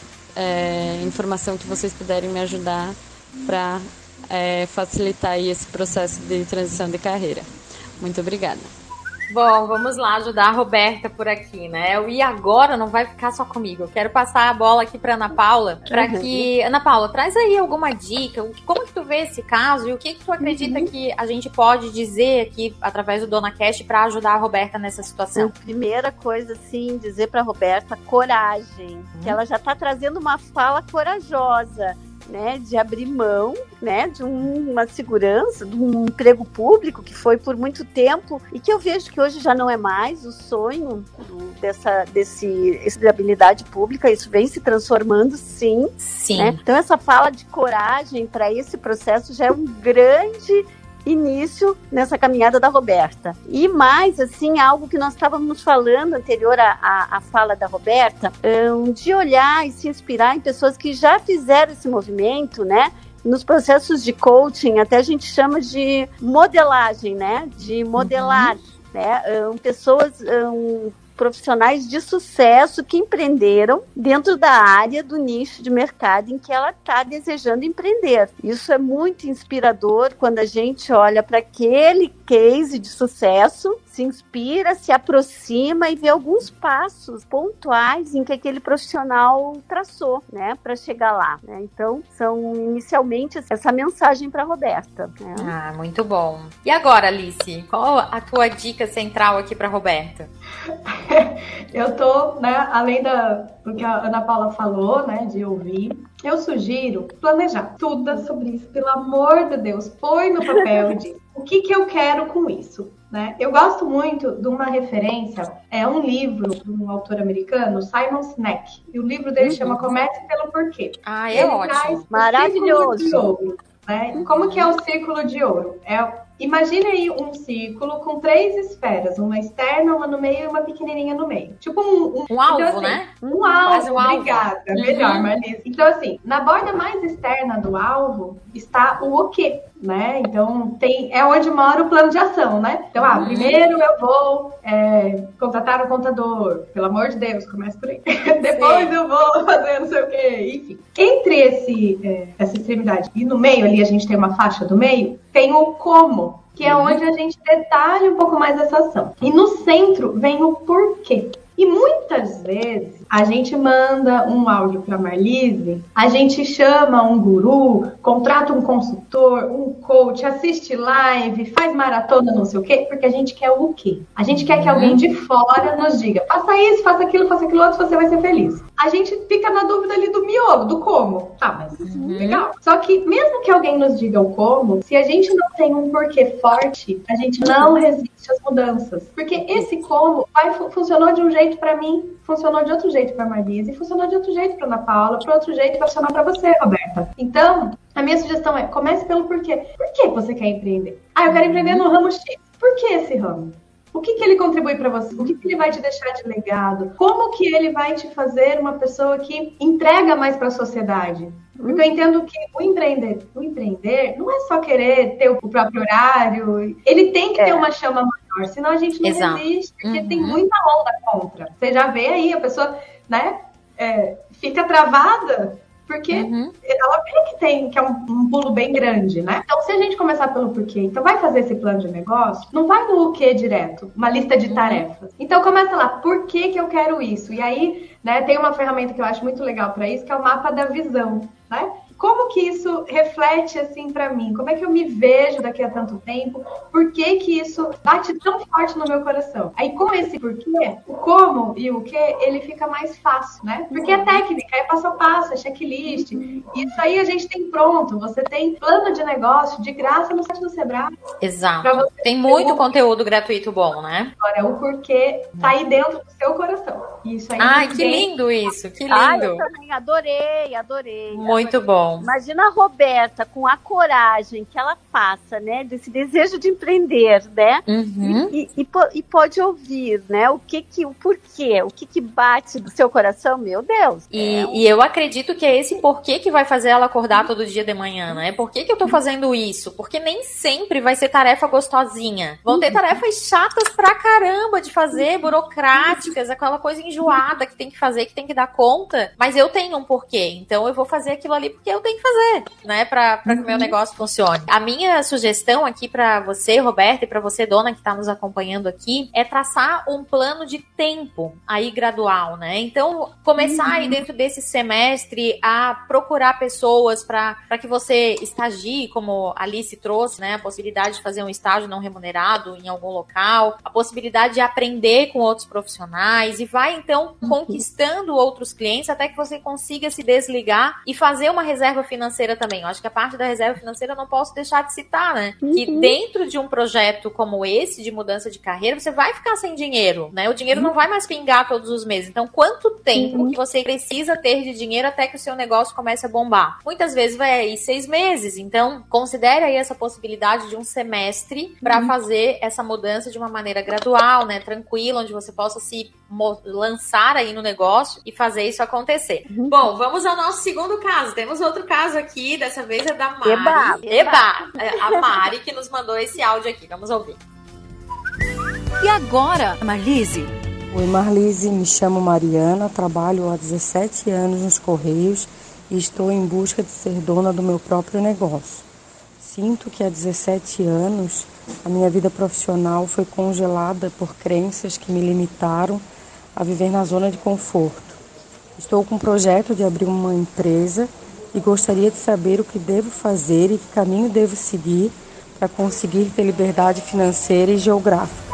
é, informação que vocês puderem me ajudar para é, facilitar aí esse processo de transição de carreira. Muito obrigada. Bom, vamos lá ajudar a Roberta por aqui, né? O E Agora não vai ficar só comigo. Eu quero passar a bola aqui para Ana Paula, para uhum. que... Ana Paula, traz aí alguma dica. Como que tu vê esse caso e o que que tu acredita uhum. que a gente pode dizer aqui, através do Dona Cast, para ajudar a Roberta nessa situação? A primeira coisa, assim, dizer para a Roberta, coragem. Uhum. Que ela já está trazendo uma fala corajosa, né, de abrir mão, né, de um, uma segurança, de um emprego público que foi por muito tempo e que eu vejo que hoje já não é mais o sonho do, dessa desse, estabilidade pública. Isso vem se transformando, sim. Sim. Né? Então essa fala de coragem para esse processo já é um grande início nessa caminhada da Roberta. E mais, assim, algo que nós estávamos falando anterior à, à, à fala da Roberta, um, de olhar e se inspirar em pessoas que já fizeram esse movimento, né? Nos processos de coaching, até a gente chama de modelagem, né? De modelar, uhum. né? Um, pessoas... Um, profissionais de sucesso que empreenderam dentro da área do nicho de mercado em que ela está desejando empreender. Isso é muito inspirador quando a gente olha para aquele case de sucesso, se inspira, se aproxima e vê alguns passos pontuais em que aquele profissional traçou, né, para chegar lá, né? Então, são inicialmente essa mensagem para a Roberta, né? Ah, muito bom. E agora, Alice, qual a tua dica central aqui para a Roberta? Eu tô, né, além da, do que a Ana Paula falou, né, de ouvir, eu sugiro planejar. Tudo sobre isso, pelo amor de Deus, põe no papel de o que que eu quero com isso, né? Eu gosto muito de uma referência, é um livro de um autor americano, Simon Sinek, e o livro dele uhum. chama Comece pelo Porquê. Ah, é Ele ótimo. Maravilhoso. Né? Uhum. Como que é o círculo de ouro? É, imagine aí um círculo com três esferas, uma externa, uma no meio e uma pequenininha no meio. Tipo um... Um, um alvo, então, assim, né? Um alvo, um alvo. Obrigada. Uhum. Melhor, Marlise. Então, assim, na borda mais externa do alvo está o o quê, né? Então, tem, é onde mora o plano de ação, né? Então, ah, uhum. primeiro eu vou é, contratar um contador. Pelo amor de Deus, começa por aí. Depois eu vou fazer não sei o quê. Enfim. Entre esse, é, essa extremidade e no meio ali, a gente tem uma faixa do meio, tem o como, que é onde a gente detalha um pouco mais essa ação. E no centro vem o porquê. E muitas vezes a gente manda um áudio para Marlise, a gente chama um guru, contrata um consultor, um coach, assiste live, faz maratona, não sei o quê, porque a gente quer o quê? A gente quer que alguém de fora nos diga, faça isso, faça aquilo, faça aquilo outro, você vai ser feliz. A gente fica na dúvida ali do miolo, do como. Tá, mas uhum. legal. Só que mesmo que alguém nos diga o como, se a gente não tem um porquê forte, a gente não resiste às mudanças. Porque esse como vai, funcionou de um jeito para mim, funcionou de outro jeito para Marlise, funcionou de outro jeito para Ana Paula, para outro jeito vai funcionar para você, Roberta. Então, a minha sugestão é, comece pelo porquê. Por que você quer empreender? Ah, eu quero empreender no ramo X. Por que esse ramo? O que, que ele contribui para você? O que, que ele vai te deixar de legado? Como que ele vai te fazer uma pessoa que entrega mais para a sociedade? Porque eu entendo que o empreender, o empreender não é só querer ter o próprio horário. Ele tem que é. ter uma chama maior, senão a gente não Exato. resiste, porque uhum. tem muita onda contra. Você já vê aí, a pessoa, né, é, fica travada, porque uhum. ela vê que tem, que é um, um pulo bem grande, né? Então, se a gente começar pelo porquê, então vai fazer esse plano de negócio, não vai no o que direto, uma lista de tarefas. Então, começa lá, por que que eu quero isso? E aí, né, tem uma ferramenta que eu acho muito legal para isso, que é o mapa da visão, né? Como que isso reflete, assim, pra mim? Como é que eu me vejo daqui a tanto tempo? Por que que isso bate tão forte no meu coração? Aí, com esse porquê, o como e o que, ele fica mais fácil, né? Porque é técnica, é passo a passo, é checklist. Isso aí a gente tem pronto. Você tem plano de negócio de graça no site do Sebrae. Exato. Tem muito conteúdo gratuito bom, né? Agora, o porquê tá aí dentro do seu coração. Isso aí Ai, que lindo isso, que lindo. Ah, eu também adorei, adorei. Muito adorei. bom. Imagina a Roberta com a coragem que ela passa, né, desse desejo de empreender, né, uhum. e, e, e pode ouvir, né, o que que, o porquê, o que que bate do seu coração, meu Deus. E, é um... e eu acredito que é esse porquê que vai fazer ela acordar todo dia de manhã, né? Por que que eu tô fazendo isso? Porque nem sempre vai ser tarefa gostosinha. Vão ter tarefas chatas pra caramba de fazer, burocráticas, aquela coisa enjoada que tem que fazer, que tem que dar conta. Mas eu tenho um porquê. Então eu vou fazer aquilo ali porque eu tenho que fazer, né? Pra, pra que o meu negócio funcione. A minha sugestão aqui pra você, Roberta, e pra você, dona, que tá nos acompanhando aqui, é traçar um plano de tempo aí gradual, né? Então, começar uhum. aí dentro desse semestre a procurar pessoas pra, pra que você estagie, como a Alice trouxe, né? A possibilidade de fazer um estágio não remunerado em algum local, a possibilidade de aprender com outros profissionais e vai, então, uhum. conquistando outros clientes até que você consiga se desligar e fazer uma reserva financeira também. Eu acho que a parte da reserva financeira eu não posso deixar de citar, né? Uhum. Que dentro de um projeto como esse, de mudança de carreira, você vai ficar sem dinheiro, né? O dinheiro uhum. não vai mais pingar todos os meses. Então, quanto tempo uhum. que você precisa ter de dinheiro até que o seu negócio comece a bombar? Muitas vezes vai aí seis meses. Então, considere aí essa possibilidade de um semestre para uhum. fazer essa mudança de uma maneira gradual, né? Tranquila, onde você possa se lançar aí no negócio e fazer isso acontecer. Uhum. Bom, vamos ao nosso segundo caso. Temos outro caso aqui, dessa vez é da Mari. Eba! Eba! A Mari que nos mandou esse áudio aqui. Vamos ouvir. E agora, Marlise? Oi, Marlise, me chamo Mariana, trabalho há dezessete anos nos Correios e estou em busca de ser dona do meu próprio negócio. Sinto que há dezessete anos a minha vida profissional foi congelada por crenças que me limitaram a viver na zona de conforto. Estou com um projeto de abrir uma empresa e gostaria de saber o que devo fazer e que caminho devo seguir para conseguir ter liberdade financeira e geográfica.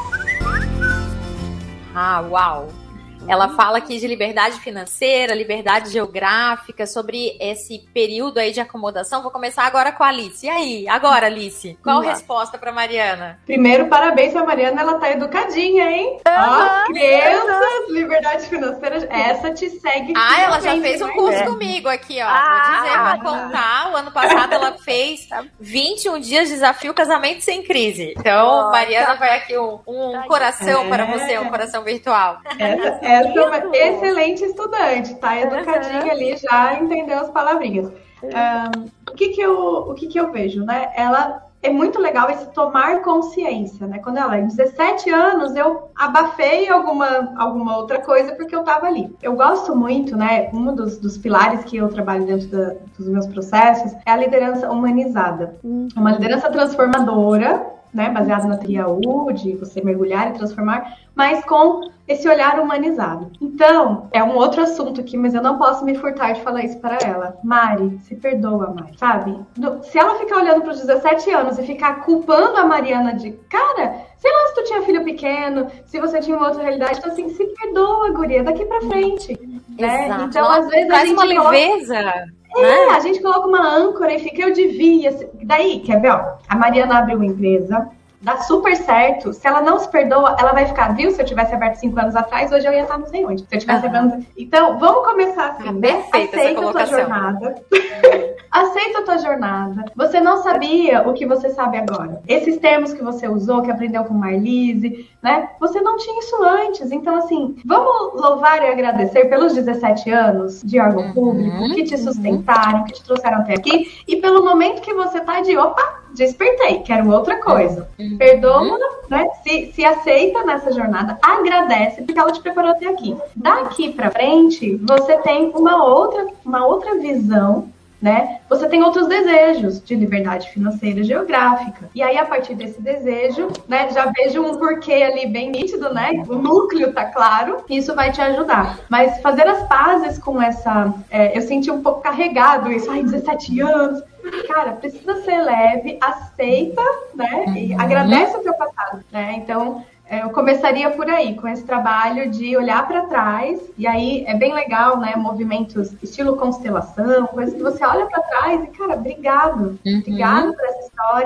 Ah, uau! Ela fala aqui de liberdade financeira, liberdade geográfica, sobre esse período aí de acomodação. Vou começar agora com a Alice. E aí, agora, Alice? Qual a resposta para Mariana? Primeiro, parabéns a Mariana, ela tá educadinha, hein? Ó, uhum, crianças, liberdade financeira, essa te segue. Ah, ela já fez um curso é. comigo aqui, ó. Ah, vou dizer, ah, vou contar. O ano passado ela fez vinte e um dias de desafio casamento sem crise. Então, oh, Mariana tá. vai aqui um, um coração é. para você, um coração virtual. Essa Essa é uma excelente estudante, tá? Educadinha uhum. ali, já entendeu as palavrinhas. Um, o que que eu, o que que eu vejo, né? Ela é muito legal esse tomar consciência, né? Quando ela é dezessete anos, eu abafei alguma, alguma outra coisa porque eu tava ali. Eu gosto muito, né? Um dos, dos pilares que eu trabalho dentro da, dos meus processos é a liderança humanizada. Uhum. Uma liderança transformadora, né? Baseada na teoria U, de você mergulhar e transformar, mas com esse olhar humanizado. Então, é um outro assunto aqui, mas eu não posso me furtar de falar isso para ela. Mari, se perdoa, Mari, sabe? Se ela ficar olhando para os dezessete anos e ficar culpando a Mariana de, cara, sei lá se tu tinha filho pequeno, se você tinha uma outra realidade, então assim, se perdoa, guria, daqui para frente. Né? Exato. Então, às vezes Traz a gente uma coloca... leveza. É, né? A gente coloca uma âncora e fica, eu devia. Daí, quer ver, ó, a Mariana abre uma empresa, dá super certo. Se ela não se perdoa, ela vai ficar, viu? Se eu tivesse aberto cinco anos atrás, hoje eu ia estar não sei onde. Se eu tivesse uhum. aberto... Então, vamos começar assim, ah, né? Perfeita Aceita essa a tua jornada. Aceita a tua jornada. Você não sabia o que você sabe agora. Esses termos que você usou, que aprendeu com Marlise, né? Você não tinha isso antes. Então, assim, vamos louvar e agradecer pelos dezessete anos de órgão público uhum. que te sustentaram, que te trouxeram até aqui, e pelo momento que você tá de, opa, despertei, quero outra coisa. Uhum. Perdoa, né? Se, se aceita nessa jornada, agradece, porque ela te preparou até aqui. Daqui pra frente, você tem uma outra, uma outra visão, né? Você tem outros desejos de liberdade financeira e geográfica. E aí, a partir desse desejo, né, já vejo um porquê ali bem nítido, né? O núcleo tá claro, e isso vai te ajudar. Mas fazer as pazes com essa... É, eu senti um pouco carregado isso, ai, dezessete anos... Cara, precisa ser leve, aceita, né? E uhum. agradece o teu passado, né? Então, eu começaria por aí, com esse trabalho de olhar para trás. E aí, é bem legal, né? Movimentos estilo constelação, coisas que você olha para trás e, cara, obrigado. Uhum. Obrigado por essa história.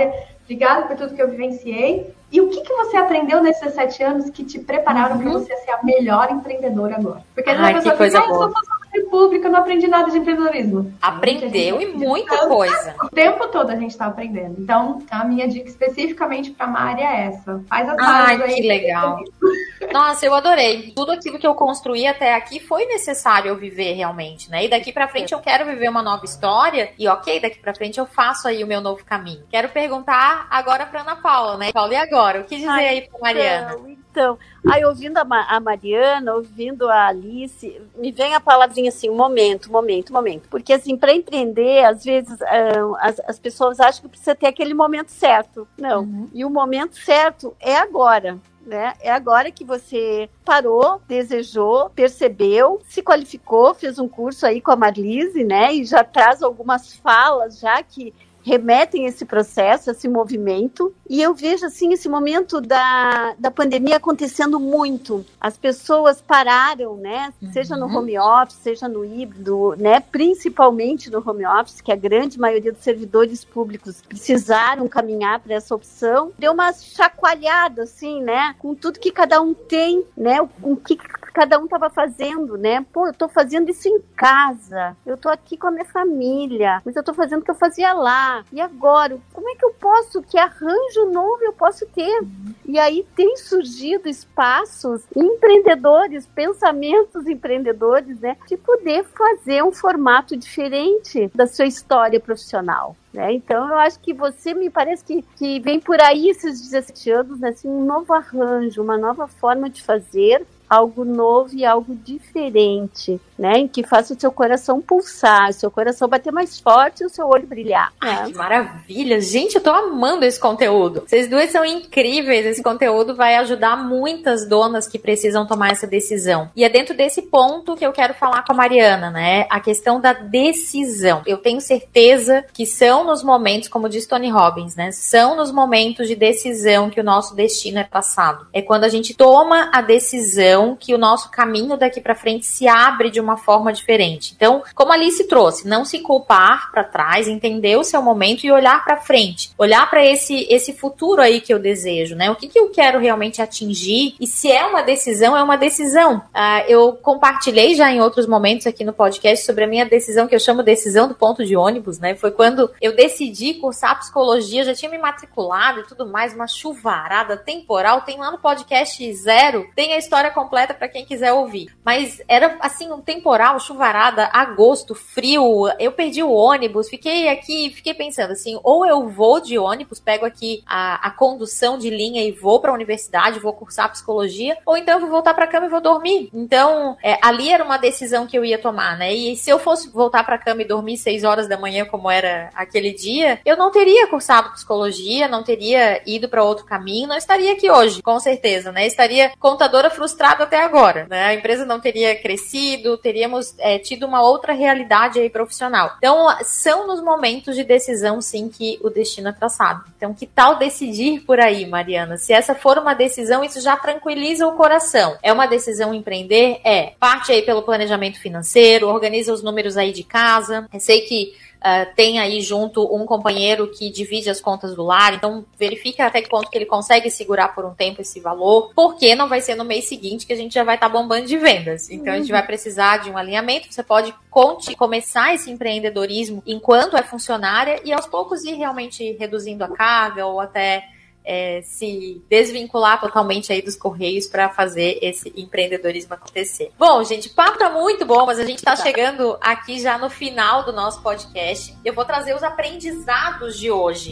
Obrigada por tudo que eu vivenciei. E o que, que você aprendeu nesses dezessete anos que te prepararam uhum. para você ser a melhor empreendedora agora? Porque às vezes a pessoa fica, ah, eu sou funcionária pública, eu não aprendi nada de empreendedorismo. Aprendeu e muita coisa. O tempo todo a gente está aprendendo. Então, a minha dica especificamente para a Mari é essa. Faz as Ai, aí. que legal. Nossa, eu adorei. Tudo aquilo que eu construí até aqui foi necessário eu viver realmente, né? E daqui pra frente eu quero viver uma nova história e ok, daqui pra frente eu faço aí o meu novo caminho. Quero perguntar agora pra Ana Paula, né? Paula, e agora? O que dizer Ai, aí pra Mariana? Então, então aí ouvindo a, Ma- a Mariana, ouvindo a Alice, me vem a palavrinha assim, momento, momento, momento. Porque assim, pra empreender, às vezes uh, as, as pessoas acham que precisa ter aquele momento certo. Não. Uhum. E o momento certo é agora. Né? É agora que você parou, desejou, percebeu, se qualificou, fez um curso aí com a Marlise, né? E já traz algumas falas já que remetem esse processo, esse movimento. E eu vejo, assim, esse momento da, da pandemia acontecendo muito. As pessoas pararam, né? Uhum. Seja no home office, seja no híbrido, né? Principalmente no home office, que a grande maioria dos servidores públicos precisaram caminhar para essa opção. Deu uma chacoalhada, assim, né? Com tudo que cada um tem, né? Com o que cada um estava fazendo, né? Pô, eu tô fazendo isso em casa. Eu tô aqui com a minha família. Mas eu tô fazendo o que eu fazia lá. E agora? Como é que eu posso? Que arranjo novo eu posso ter? E aí tem surgido espaços empreendedores, pensamentos empreendedores, né? De poder fazer um formato diferente da sua história profissional. Né? Então, eu acho que você me parece que, que vem por aí esses dezessete anos, né? Assim, um novo arranjo, uma nova forma de fazer algo novo e algo diferente, né? Em que faça o seu coração pulsar, o seu coração bater mais forte e o seu olho brilhar. Ai, né? Que maravilha! Gente, eu tô amando esse conteúdo. Vocês duas são incríveis. Esse conteúdo vai ajudar muitas donas que precisam tomar essa decisão. E é dentro desse ponto que eu quero falar com a Mariana, né? A questão da decisão. Eu tenho certeza que são nos momentos, como diz Tony Robbins, né? São nos momentos de decisão que o nosso destino é traçado. É quando a gente toma a decisão que o nosso caminho daqui para frente se abre de uma forma diferente. Então, como a Alice trouxe, não se culpar para trás, entender o seu momento e olhar para frente. Olhar para esse, esse futuro aí que eu desejo, né? O que, que eu quero realmente atingir e se é uma decisão, é uma decisão. Uh, eu compartilhei já em outros momentos aqui no podcast sobre a minha decisão, que eu chamo decisão do ponto de ônibus, né? Foi quando eu decidi cursar psicologia, já tinha me matriculado e tudo mais, uma chuvarada temporal, tem lá no podcast zero, tem a história completa para quem quiser ouvir. Mas era assim, um temporal, chuvarada, agosto, frio, eu perdi o ônibus, fiquei aqui, fiquei pensando assim, ou eu vou de ônibus, pego aqui a, a condução de linha e vou para a universidade, vou cursar psicologia, ou então eu vou voltar para a cama e vou dormir. Então, é, ali era uma decisão que eu ia tomar, né? E se eu fosse voltar para a cama e dormir seis horas da manhã, como era aquele dia, eu não teria cursado psicologia, não teria ido para outro caminho, não estaria aqui hoje, com certeza, né? Estaria contadora frustrada até agora, né? A empresa não teria crescido, teríamos é, tido uma outra realidade aí profissional. Então, são nos momentos de decisão, sim, que o destino é traçado. Então, que tal decidir por aí, Mariana? Se essa for uma decisão, isso já tranquiliza o coração. É uma decisão empreender? É. Parte aí pelo planejamento financeiro, organiza os números aí de casa. Eu sei que Uh, tem aí junto um companheiro que divide as contas do lar, então verifica até que ponto que ele consegue segurar por um tempo esse valor, porque não vai ser no mês seguinte que a gente já vai estar tá bombando de vendas. Então uhum. a gente vai precisar de um alinhamento. Você pode conte, começar esse empreendedorismo enquanto é funcionária e aos poucos ir realmente reduzindo a carga ou até É, se desvincular totalmente aí dos Correios para fazer esse empreendedorismo acontecer. Bom, gente, o papo tá muito bom, mas a gente tá chegando aqui já no final do nosso podcast. Eu vou trazer os aprendizados de hoje.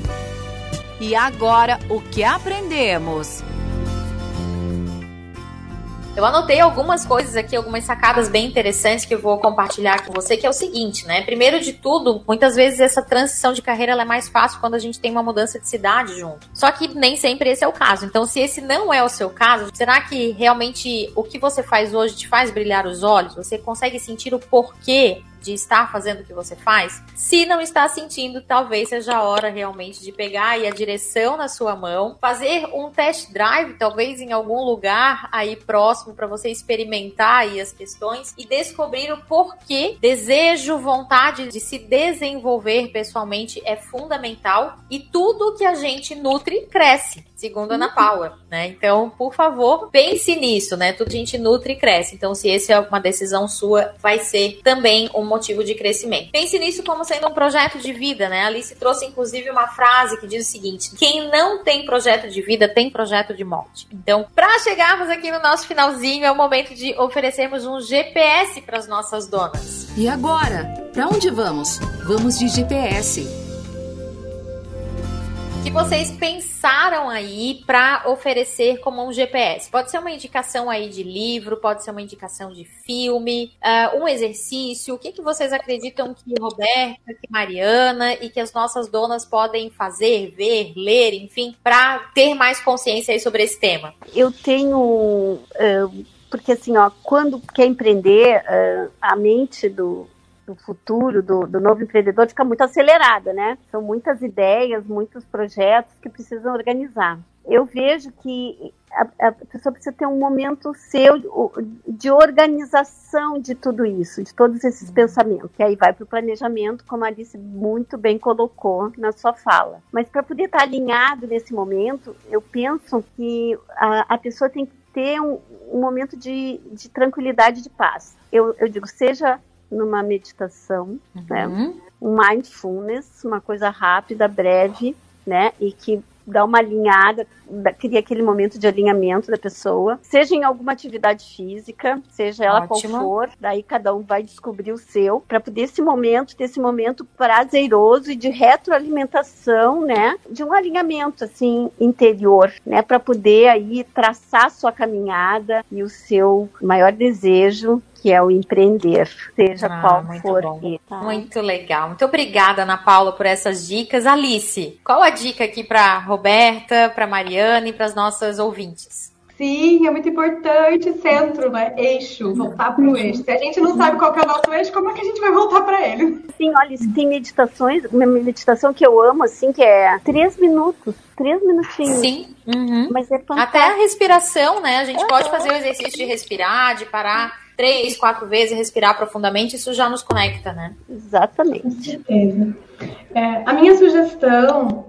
E agora, o que aprendemos? Eu anotei algumas coisas aqui, algumas sacadas bem interessantes que eu vou compartilhar com você, que é o seguinte, né? Primeiro de tudo, muitas vezes essa transição de carreira ela é mais fácil quando a gente tem uma mudança de cidade junto. Só que nem sempre esse é o caso. Então, se esse não é o seu caso, será que realmente o que você faz hoje te faz brilhar os olhos? Você consegue sentir o porquê de estar fazendo o que você faz? Se não está sentindo, talvez seja a hora realmente de pegar aí a direção na sua mão, fazer um test drive, talvez em algum lugar aí próximo para você experimentar aí as questões e descobrir o porquê. Desejo, vontade de se desenvolver pessoalmente é fundamental e tudo que a gente nutre cresce, segundo a Ana Paula, né? Então, por favor, pense nisso, né? Tudo que a gente nutre e cresce. Então, se essa é uma decisão sua, vai ser também um motivo de crescimento. Pense nisso como sendo um projeto de vida, né? A Alice trouxe, inclusive, uma frase que diz o seguinte: quem não tem projeto de vida, tem projeto de morte. Então, para chegarmos aqui no nosso finalzinho, é o momento de oferecermos um G P S para as nossas donas. E agora? Para onde vamos? Vamos de G P S. Que vocês pensaram aí para oferecer como um G P S? Pode ser uma indicação aí de livro, pode ser uma indicação de filme, uh, um exercício. O que, que vocês acreditam que Roberta, que Mariana e que as nossas donas podem fazer, ver, ler, enfim, para ter mais consciência aí sobre esse tema? Eu tenho... Uh, porque assim, ó, quando quer empreender, uh, a mente do... do futuro, do, do novo empreendedor fica muito acelerada, né? São muitas ideias, muitos projetos que precisam organizar. Eu vejo que a, a pessoa precisa ter um momento seu de organização de tudo isso, de todos esses pensamentos. E aí vai para o planejamento, como a Alice muito bem colocou na sua fala. Mas para poder estar alinhado nesse momento, eu penso que a, a pessoa tem que ter um, um momento de, de tranquilidade, de paz. Eu, eu digo, seja numa meditação, uhum. né? Um mindfulness, uma coisa rápida, breve, né? E que dá uma alinhada, cria aquele momento de alinhamento da pessoa, seja em alguma atividade física, seja ela Ótimo. Qual for, daí cada um vai descobrir o seu, para poder esse momento, ter esse momento prazeroso e de retroalimentação, né, de um alinhamento, assim, interior, né, para poder aí traçar sua caminhada e o seu maior desejo, que é o empreender, seja ah, qual for. Que, tá? Muito legal. Muito obrigada, Ana Paula, por essas dicas. Alice, qual a dica aqui para Roberta, para Mariana e para as nossas ouvintes? Sim, é muito importante, centro, né? Eixo, voltar para o eixo. Se a gente não sabe qual que é o nosso eixo, como é que a gente vai voltar para ele? Sim, olha, tem meditações, uma meditação que eu amo, assim, que é três minutos, três minutinhos. Sim. Uhum. Mas é fantástico. Até a respiração, né? A gente é, pode fazer o exercício de respirar, de parar três, quatro vezes, respirar profundamente, isso já nos conecta, né? Exatamente. Com certeza. É, a minha sugestão,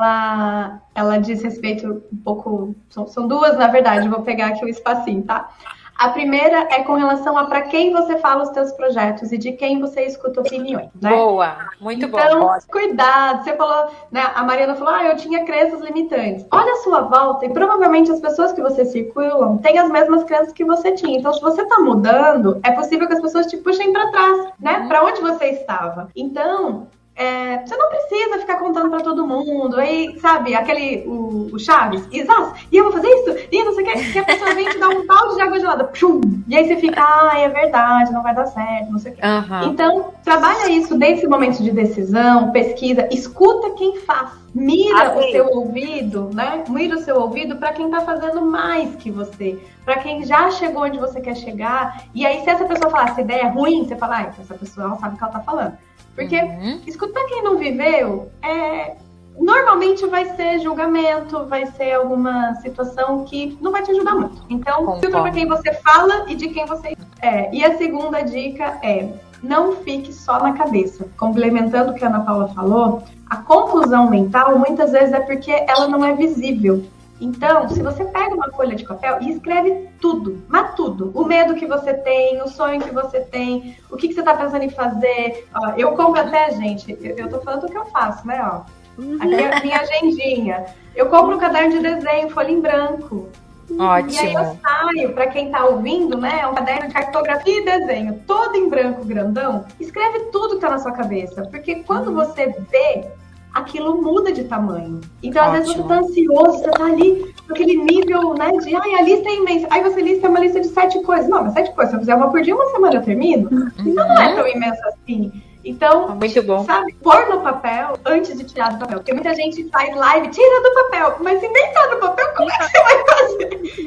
ela, ela diz respeito um pouco... São, são duas, na verdade, vou pegar aqui o espacinho, tá? A primeira é com relação a para quem você fala os teus projetos e de quem você escuta opiniões, né? Boa, muito bom. Então, cuidado. Você falou, né? A Mariana falou, ah, eu tinha crenças limitantes. Olha a sua volta e provavelmente as pessoas que você circulam têm as mesmas crenças que você tinha. Então, se você tá mudando, é possível que as pessoas te puxem para trás, né? Uhum. Para onde você estava. Então... É, você não precisa ficar contando pra todo mundo. Aí, sabe, aquele, o, o Chaves, Isas, e eu vou fazer isso, e não sei o que, que a pessoa vem te dar um balde de água gelada, pum, e aí você fica, ah, é verdade, não vai dar certo, não sei o que. Uhum. Então, trabalha isso desse momento de decisão, pesquisa, escuta quem faz. Mira ah, o seu ouvido, né? Mira o seu ouvido para quem tá fazendo mais que você, para quem já chegou onde você quer chegar. E aí, se essa pessoa falar, essa ideia é ruim, você fala, ah, essa pessoa não sabe o que ela tá falando. Porque uhum. escutar quem não viveu, é, normalmente vai ser julgamento, vai ser alguma situação que não vai te ajudar muito. Então, filtra para quem você fala e de quem você... É, e a segunda dica é, não fique só na cabeça. Complementando o que a Ana Paula falou, a confusão mental muitas vezes é porque ela não é visível. Então, se você pega uma folha de papel e escreve tudo, mas tudo. O medo que você tem, o sonho que você tem, o que, que você tá pensando em fazer. Ó, eu compro até, gente, eu, eu tô falando o que eu faço, né? Ó, aqui é a minha agendinha. Eu compro um caderno de desenho, folha em branco. Ótimo. E aí eu saio, pra quem tá ouvindo, né? É um caderno de cartografia e desenho, todo em branco, grandão. Escreve tudo que tá na sua cabeça. Porque quando você vê... aquilo muda de tamanho. Então, Ótimo. Às vezes, você tá ansioso, você tá ali com aquele nível, né, de, ai, a lista é imensa. Aí você lista uma lista de sete coisas. Não, mas sete coisas, se eu fizer uma por dia, uma semana eu termino. Uhum. Então, não é tão imenso assim. Então, muito bom. Sabe, pôr no papel antes de tirar do papel. Porque muita gente faz live, tira do papel, mas se nem tá no papel, como é que você vai fazer?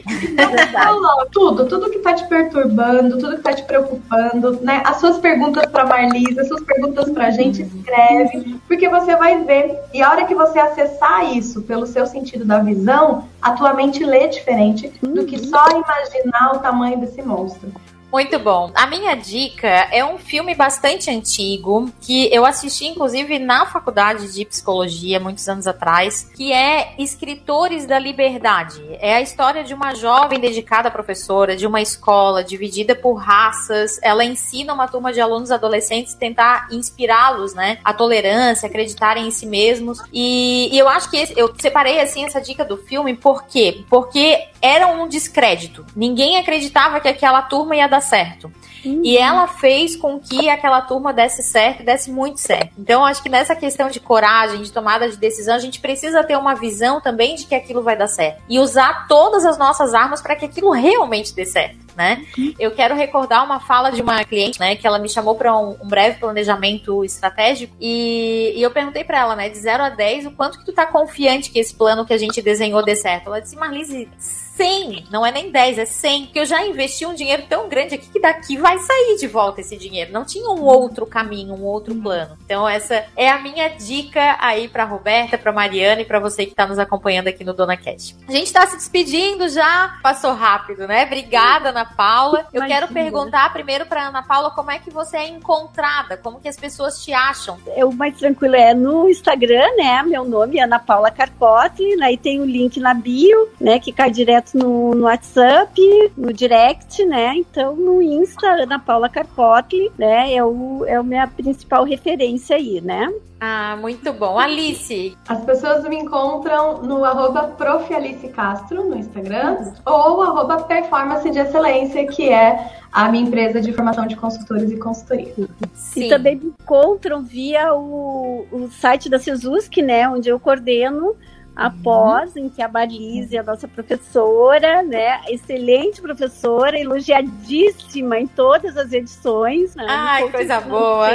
Então, tudo, tudo que tá te perturbando, tudo que tá te preocupando, né? As suas perguntas pra Marlise, as suas perguntas pra gente, escreve, porque você vai ver. E a hora que você acessar isso pelo seu sentido da visão, a tua mente lê diferente do que só imaginar o tamanho desse monstro. Muito bom. A minha dica é um filme bastante antigo, que eu assisti, inclusive, na faculdade de psicologia, muitos anos atrás, que é Escritores da Liberdade. É a história de uma jovem dedicada professora de uma escola dividida por raças. Ela ensina uma turma de alunos adolescentes a tentar inspirá-los, né, a tolerância, acreditarem em si mesmos. E, e eu acho que esse, eu separei, assim, essa dica do filme, por quê? Porque era um descrédito. Ninguém acreditava que aquela turma ia dar certo. Uhum. E ela fez com que aquela turma desse certo e desse muito certo. Então, acho que nessa questão de coragem, de tomada de decisão, a gente precisa ter uma visão também de que aquilo vai dar certo. E usar todas as nossas armas para que aquilo realmente dê certo, né? Uhum. Eu quero recordar uma fala de uma cliente, né, que ela me chamou para um, um breve planejamento estratégico e, e eu perguntei para ela, né, de zero a dez, o quanto que tu tá confiante que esse plano que a gente desenhou dê certo. Ela disse, Marlise, cem, não é nem dez, é cem, porque eu já investi um dinheiro tão grande aqui que daqui vai sair de volta esse dinheiro. Não tinha um outro caminho, um outro plano. Então essa é a minha dica aí pra Roberta, pra Mariana e pra você que tá nos acompanhando aqui no Dona Cast. A gente tá se despedindo já, passou rápido, né? Obrigada, Ana Paula. Eu Imagina. quero perguntar primeiro pra Ana Paula como é que você é encontrada, como que as pessoas te acham. O mais tranquilo é no Instagram, né? Meu nome é Ana Paula Carcotli, aí tem o link na bio, né? Que cai direto No, no WhatsApp, no direct, né? Então, no Insta, Ana Paula Carcotli, né? É, o, é a minha principal referência aí, né? Ah, muito bom. Alice? As pessoas me encontram no arroba prof Alice Castro, no Instagram, uhum. ou arroba Performance de Excelência, que é a minha empresa de formação de consultores e consultoria. Sim. E também me encontram via o, o site da Cesusk, né? Onde eu coordeno a pós, em que a Marlise é a nossa professora, né? Excelente professora, elogiadíssima em todas as edições. Né? Ai, coisa boa!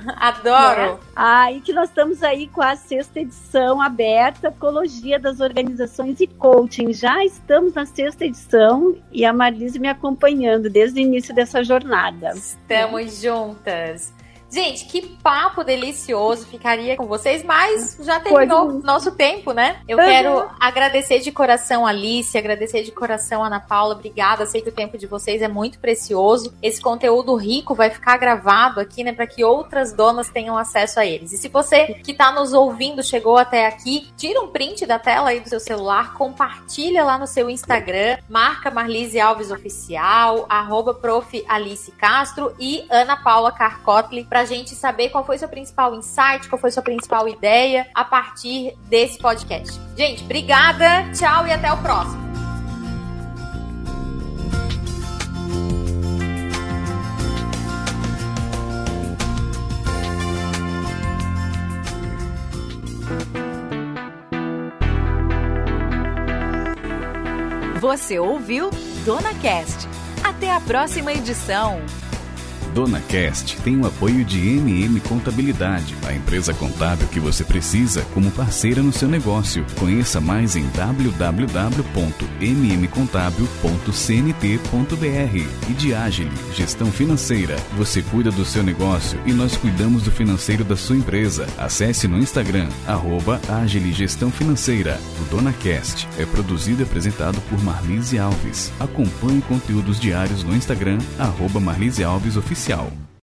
Adoro! Né? Ah, e que nós estamos aí com a sexta edição aberta, Psicologia das Organizações e Coaching. Já estamos na sexta edição e a Marlise me acompanhando desde o início dessa jornada. Estamos é. juntas! Gente, que papo delicioso, ficaria com vocês, mas já terminou o nosso tempo, né? Eu uhum. quero agradecer de coração a Alice, agradecer de coração a Ana Paula, obrigada, sei que o tempo de vocês é muito precioso. Esse conteúdo rico vai ficar gravado aqui, né, para que outras donas tenham acesso a eles. E se você que tá nos ouvindo chegou até aqui, tira um print da tela aí do seu celular, compartilha lá no seu Instagram, marca Marlise Alves Oficial, arroba prof Alice Castro e Ana Paula Carcotli, pra gente saber qual foi seu principal insight, qual foi sua principal ideia a partir desse podcast. Gente, obrigada, tchau e até o próximo. Você ouviu Dona Cast. Até a próxima edição. Dona Cast tem o apoio de M M Contabilidade, a empresa contábil que você precisa como parceira no seu negócio. Conheça mais em w w w ponto m m contábil ponto c n t ponto b r. E de Agile, gestão financeira. Você cuida do seu negócio e nós cuidamos do financeiro da sua empresa. Acesse no Instagram, arroba Agile Gestão Financeira. O Dona Cast é produzido e apresentado por Marlise Alves. Acompanhe conteúdos diários no Instagram, arroba Marlise Alves Oficial.